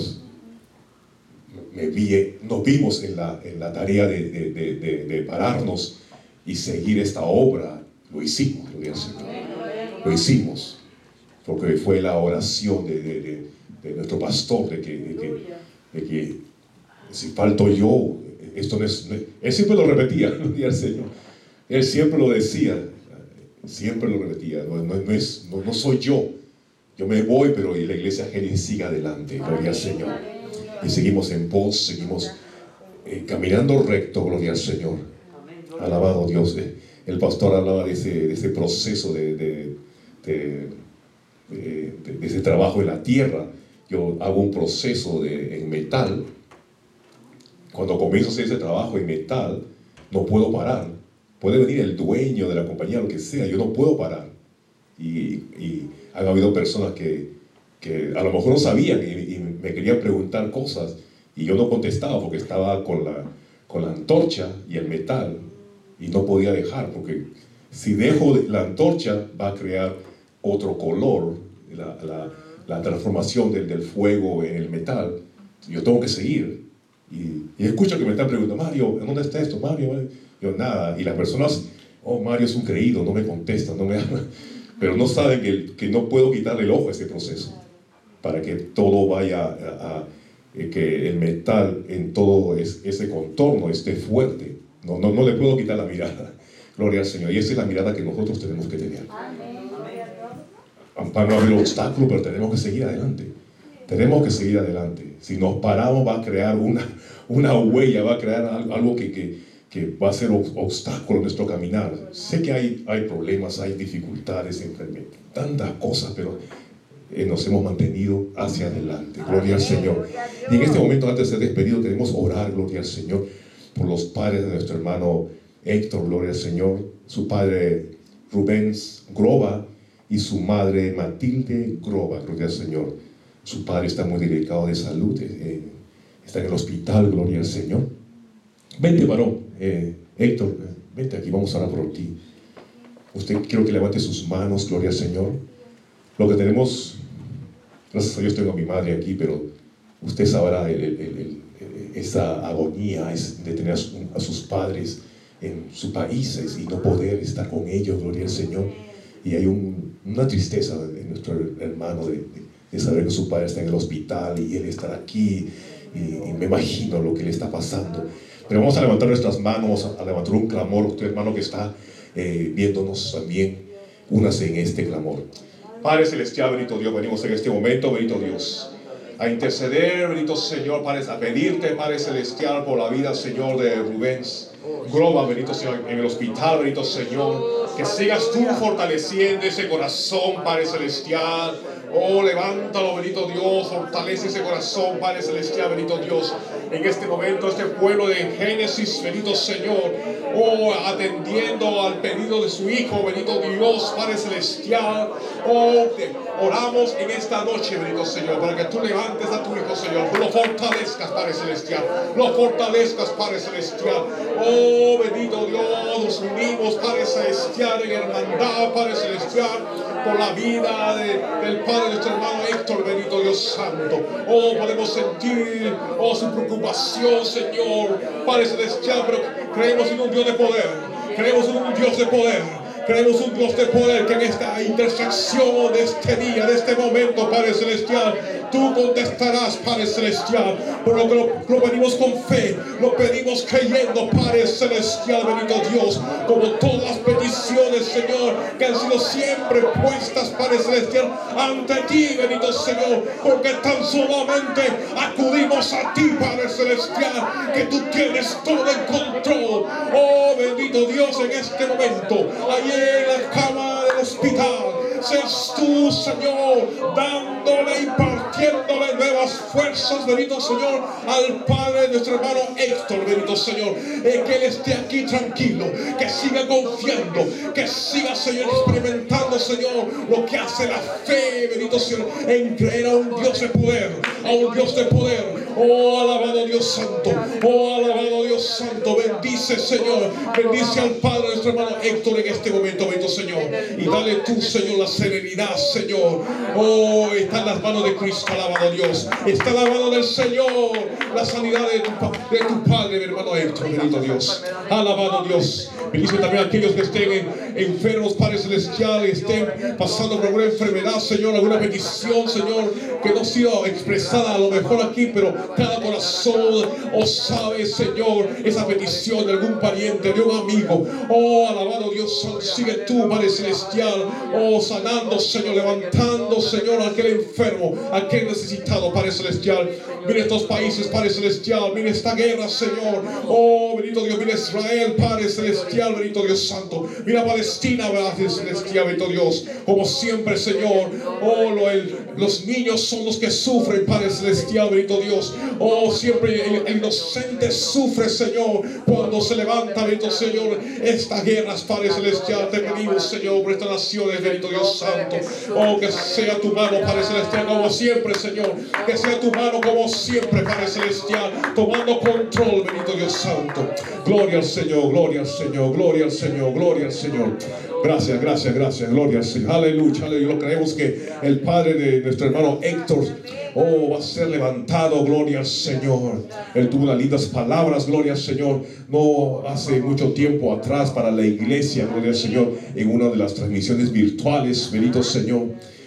S1: me vi, nos vimos en la, en la tarea de, de, de, de, de pararnos y seguir esta obra, lo hicimos, gloria al Señor. Lo hicimos, porque fue la oración de, de, de, de nuestro pastor, de que, de, que, de que si falto yo, esto no es, él siempre lo repetía, gloria al Señor. Él siempre lo decía, siempre lo repetía, no, no, no, es, no, no soy yo, yo me voy, pero la iglesia Génesis sigue adelante, gloria al Señor. Y seguimos en pos, seguimos eh, caminando recto, gloria al Señor. Alabado Dios. El pastor hablaba de ese, de ese proceso de, de, de, de, de, de ese trabajo en la tierra. Yo hago un proceso de, en metal. Cuando comienzo a hacer ese trabajo en metal, no puedo parar. Puede venir el dueño de la compañía, lo que sea, yo no puedo parar. Y, y han habido personas que, que a lo mejor no sabían y, y me querían preguntar cosas y yo no contestaba porque estaba con la, con la antorcha y el metal y no podía dejar, porque si dejo la antorcha va a crear otro color, la, la, la transformación del, del fuego en el metal. Yo tengo que seguir. Y, y escucho que me están preguntando, Mario, ¿dónde está esto, Mario? Yo, nada. Y las personas, oh, Mario es un creído, no me contesta, no me habla. Pero no saben que, que no puedo quitarle el ojo a ese proceso, para que todo vaya a, a, a que el metal en todo es, ese contorno esté fuerte. No, no, no le puedo quitar la mirada. Gloria al Señor. Y esa es la mirada que nosotros tenemos que tener. Para no haber obstáculo, pero tenemos que seguir adelante. Tenemos que seguir adelante. Si nos paramos va a crear una, una huella, va a crear algo, algo que, que, que va a ser obstáculo en nuestro caminar. Sé que hay, hay problemas, hay dificultades, enfermedades, tantas cosas, pero eh, nos hemos mantenido hacia adelante. Gloria al Señor. Y en este momento, antes de ser despedido, queremos orar, gloria al Señor, por los padres de nuestro hermano Héctor, gloria al Señor, su padre Rubén Groba y su madre Matilde Groba, gloria al Señor. Su padre está muy delicado de salud, eh, está en el hospital, gloria al Señor. Vente, varón, eh, Héctor, vente aquí, vamos a orar por ti. Usted quiero que levante sus manos, gloria al Señor. Lo que tenemos, gracias a Dios tengo a mi madre aquí, pero usted sabrá el, el, el, el, esa agonía es de tener a, su, a sus padres en sus países y no poder estar con ellos, gloria al Señor. Y hay un, una tristeza de nuestro hermano de, de, de saber que su padre está en el hospital y él estar aquí, y, y me imagino lo que le está pasando. Pero vamos a levantar nuestras manos, a levantar un clamor. Usted, hermano, que está eh, viéndonos también, únase en este clamor. Padre Celestial, bendito Dios, venimos en este momento, bendito Dios, a interceder, bendito Señor, Padre, a pedirte, Padre Celestial, por la vida, Señor, de Rubén Groba, bendito Señor, en el hospital, bendito Señor, que sigas tú fortaleciendo ese corazón, Padre Celestial. Oh, levántalo, bendito Dios, fortalece ese corazón, Padre Celestial, bendito Dios. En este momento, este pueblo de Génesis, bendito Señor, oh, atendiendo al pedido de su Hijo, bendito Dios, Padre Celestial. Oh, te oramos en esta noche, bendito Señor, para que tú levantes a tu Hijo, Señor, lo fortalezcas, Padre Celestial, lo fortalezcas, Padre Celestial. Oh, bendito Dios, nos unimos, Padre Celestial, en hermandad, Padre Celestial, por la vida de, del Padre de nuestro hermano Héctor, bendito Dios Santo. Oh, podemos sentir, oh, su preocupación, Señor, Padre Celestial, pero creemos en un Dios de poder, creemos en un Dios de poder. Creemos un Dios de poder que en esta intersección de este día, de este momento, Padre Celestial, tú contestarás, Padre Celestial, por lo que lo, lo venimos con fe, lo pedimos creyendo, Padre Celestial, bendito Dios, como todas las peticiones, Señor, que han sido siempre puestas, Padre Celestial, ante ti, bendito Señor, porque tan solamente acudimos a ti, Padre Celestial, que tú tienes todo en control. Oh, bendito Dios, en este momento, ahí en la cama del hospital, seas tú, Señor, dándole y partiéndole nuevas fuerzas, bendito Señor, al Padre de nuestro hermano Héctor, bendito Señor, eh, que él esté aquí tranquilo, que siga confiando, que siga, Señor, experimentando, Señor, lo que hace la fe, bendito Señor, en creer a un Dios de poder, a un Dios de poder. Oh, alabado Dios Santo, oh, alabado Dios Santo, bendice, Señor, bendice al Padre de nuestro hermano Héctor en este momento, bendito Señor, y dale tú, Señor, la serenidad, Señor. Oh, está en las manos de Cristo, alabado Dios, está en la mano del Señor, la sanidad de tu, de tu Padre, mi hermano Héctor, bendito Dios, alabado Dios. Bendice también a aquellos que estén en, enfermos, Padre Celestial, estén pasando por alguna enfermedad, Señor, alguna petición, Señor, que no ha sido expresada a lo mejor aquí, pero cada corazón, oh, sabe, Señor, esa petición de algún pariente, de un amigo. Oh, alabado Dios, sigue tú, Padre Celestial, oh, sanando, Señor, levantando, Señor, a aquel enfermo, a aquel necesitado, Padre Celestial. Mira estos países, Padre Celestial, mira esta guerra, Señor. Oh, bendito Dios, mira Israel, Padre Celestial, bendito Dios Santo. Mira Palestina, Padre Celestial, bendito Dios. Como siempre, Señor, oh, lo, el, los niños son los que sufren, Padre Celestial, bendito Dios. Oh, siempre el, el inocente sufre, Señor, cuando se levanta, bendito Señor, estas guerras, Padre Celestial. Te pedimos, Señor, por estas naciones, bendito Dios Santo. Oh, que sea tu mano, Padre Celestial, como siempre, Señor. Que sea tu mano como siempre, Padre Celestial, tomando control, bendito Dios Santo. Gloria al Señor, gloria al Señor, gloria al Señor, gloria al Señor. Gracias, gracias, gracias, gloria al Señor. Aleluya, aleluya. Creemos que el Padre de nuestro hermano Héctor, oh, va a ser levantado, gloria al Señor. Él tuvo unas lindas palabras, gloria al Señor, no hace mucho tiempo atrás para la iglesia, gloria al Señor, en una de las transmisiones virtuales, bendito Señor.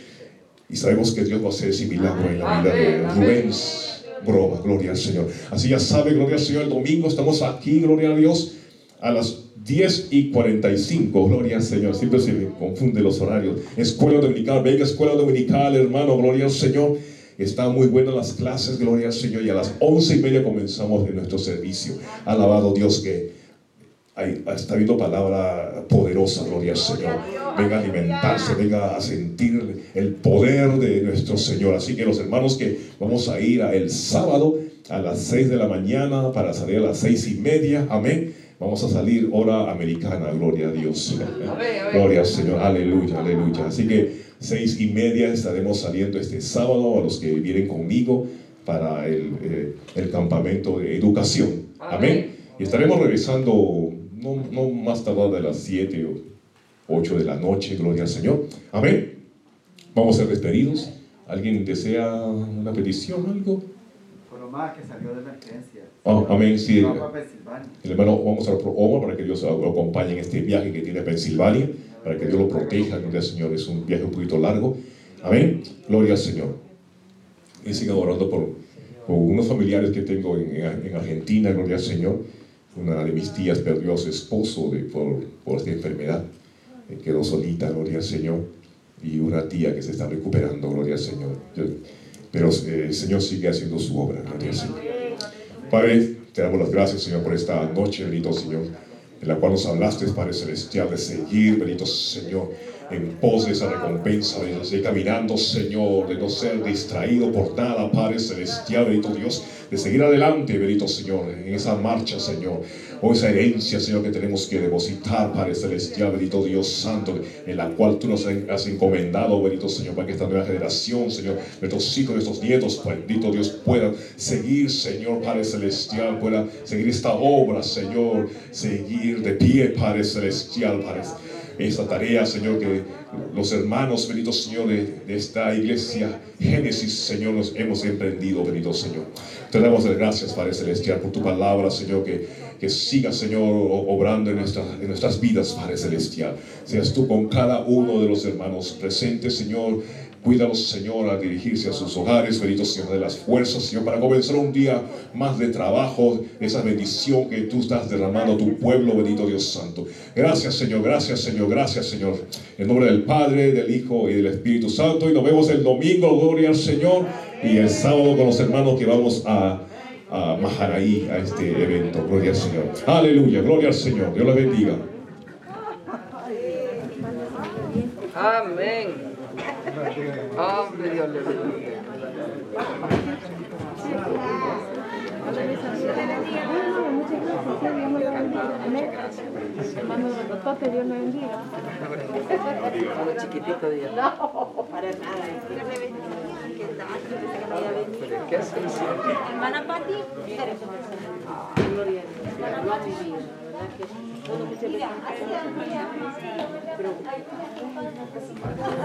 S1: Y sabemos que Dios va a hacer ese milagro en la vida de Rubens Broba, gloria al Señor. Así ya sabe, gloria al Señor, el domingo estamos aquí, gloria a Dios, a las diez y cuarenta y cinco, gloria al Señor. Siempre se me confunde los horarios. Escuela dominical, venga, escuela dominical, hermano, gloria al Señor. Están muy buenas las clases, gloria al Señor. Y a las once y media comenzamos en nuestro servicio. Alabado Dios, que hay, está habiendo palabra poderosa, gloria al Señor. Venga a alimentarse, venga a sentir el poder de nuestro Señor. Así que los hermanos que vamos a ir a el sábado a las seis de la mañana para salir a las seis y media, amén. Vamos a salir hora americana, gloria a Dios. Gloria al Señor, aleluya, aleluya. Así que seis y media estaremos saliendo este sábado a los que vienen conmigo para el, eh, el campamento de educación. Amén. Y estaremos regresando no, no más tardar de las siete o ocho de la noche, gloria al Señor. Amén. Vamos a ser despedidos. ¿Alguien desea una petición, algo?
S6: Por lo más que salió de emergencia.
S1: Oh, amén, sí.
S6: Vamos a Pensilvania.
S1: El hermano, vamos a orar por Omar para que Dios lo acompañe en este viaje que tiene a Pensilvania, para que Dios lo proteja, gloria al Señor. Es un viaje un poquito largo. Amén. Gloria al Señor. Y sigan orando por, por unos familiares que tengo en, en Argentina, gloria al Señor. Una de mis tías perdió a su esposo de, por, por esta enfermedad. Eh, quedó solita, gloria al Señor. Y una tía que se está recuperando, gloria al Señor. Yo, pero eh, el Señor sigue haciendo su obra, gloria al Señor. Padre, te damos las gracias, Señor, por esta noche, bendito Señor, en la cual nos hablaste, Padre Celestial, de seguir, bendito Señor, en pos de esa recompensa, de seguir caminando, Señor, de no ser distraído por nada, Padre Celestial, bendito Dios, de seguir adelante, bendito Señor, en esa marcha, Señor, o esa herencia, Señor, que tenemos que depositar, Padre Celestial, bendito Dios Santo, en la cual tú nos has encomendado, bendito Señor, para que esta nueva generación, Señor, nuestros hijos, nuestros nietos, bendito Dios, puedan seguir, Señor, Padre Celestial, puedan seguir esta obra, Señor, seguir de pie, Padre Celestial, Padre, esta tarea, Señor, que los hermanos, bendito Señor, de, de esta iglesia Génesis, Señor, nos hemos emprendido, bendito Señor. Te damos las gracias, Padre Celestial, por tu palabra, Señor, que, que siga, Señor, obrando en, nuestra, en nuestras vidas, Padre Celestial. Seas tú con cada uno de los hermanos presentes, Señor. Cuídalos, Señor, a dirigirse a sus hogares, bendito Señor, de las fuerzas, Señor, para comenzar un día más de trabajo, esa bendición que tú estás derramando a tu pueblo, bendito Dios Santo. Gracias, Señor, gracias, Señor, gracias, Señor. En nombre del Padre, del Hijo y del Espíritu Santo. Y nos vemos el domingo, gloria al Señor. Y el sábado con los hermanos que vamos a, a Mahanaí, a este evento. Gloria al Señor. Aleluya, gloria al Señor. Dios les bendiga.
S7: Amén. Hombre, Dios le bendiga.
S4: Hermano Totote, Dios le bendiga.
S7: Los chiquititos de ella.
S2: No, para nada. Dios le bendiga. ¿Qué tal? Yo pensé que no había venido.
S7: ¿Qué hacen?
S2: Hermana Pati, gloria a Dios. Hermana mi vida, ¿verdad? Que todo lo que se presenta, pero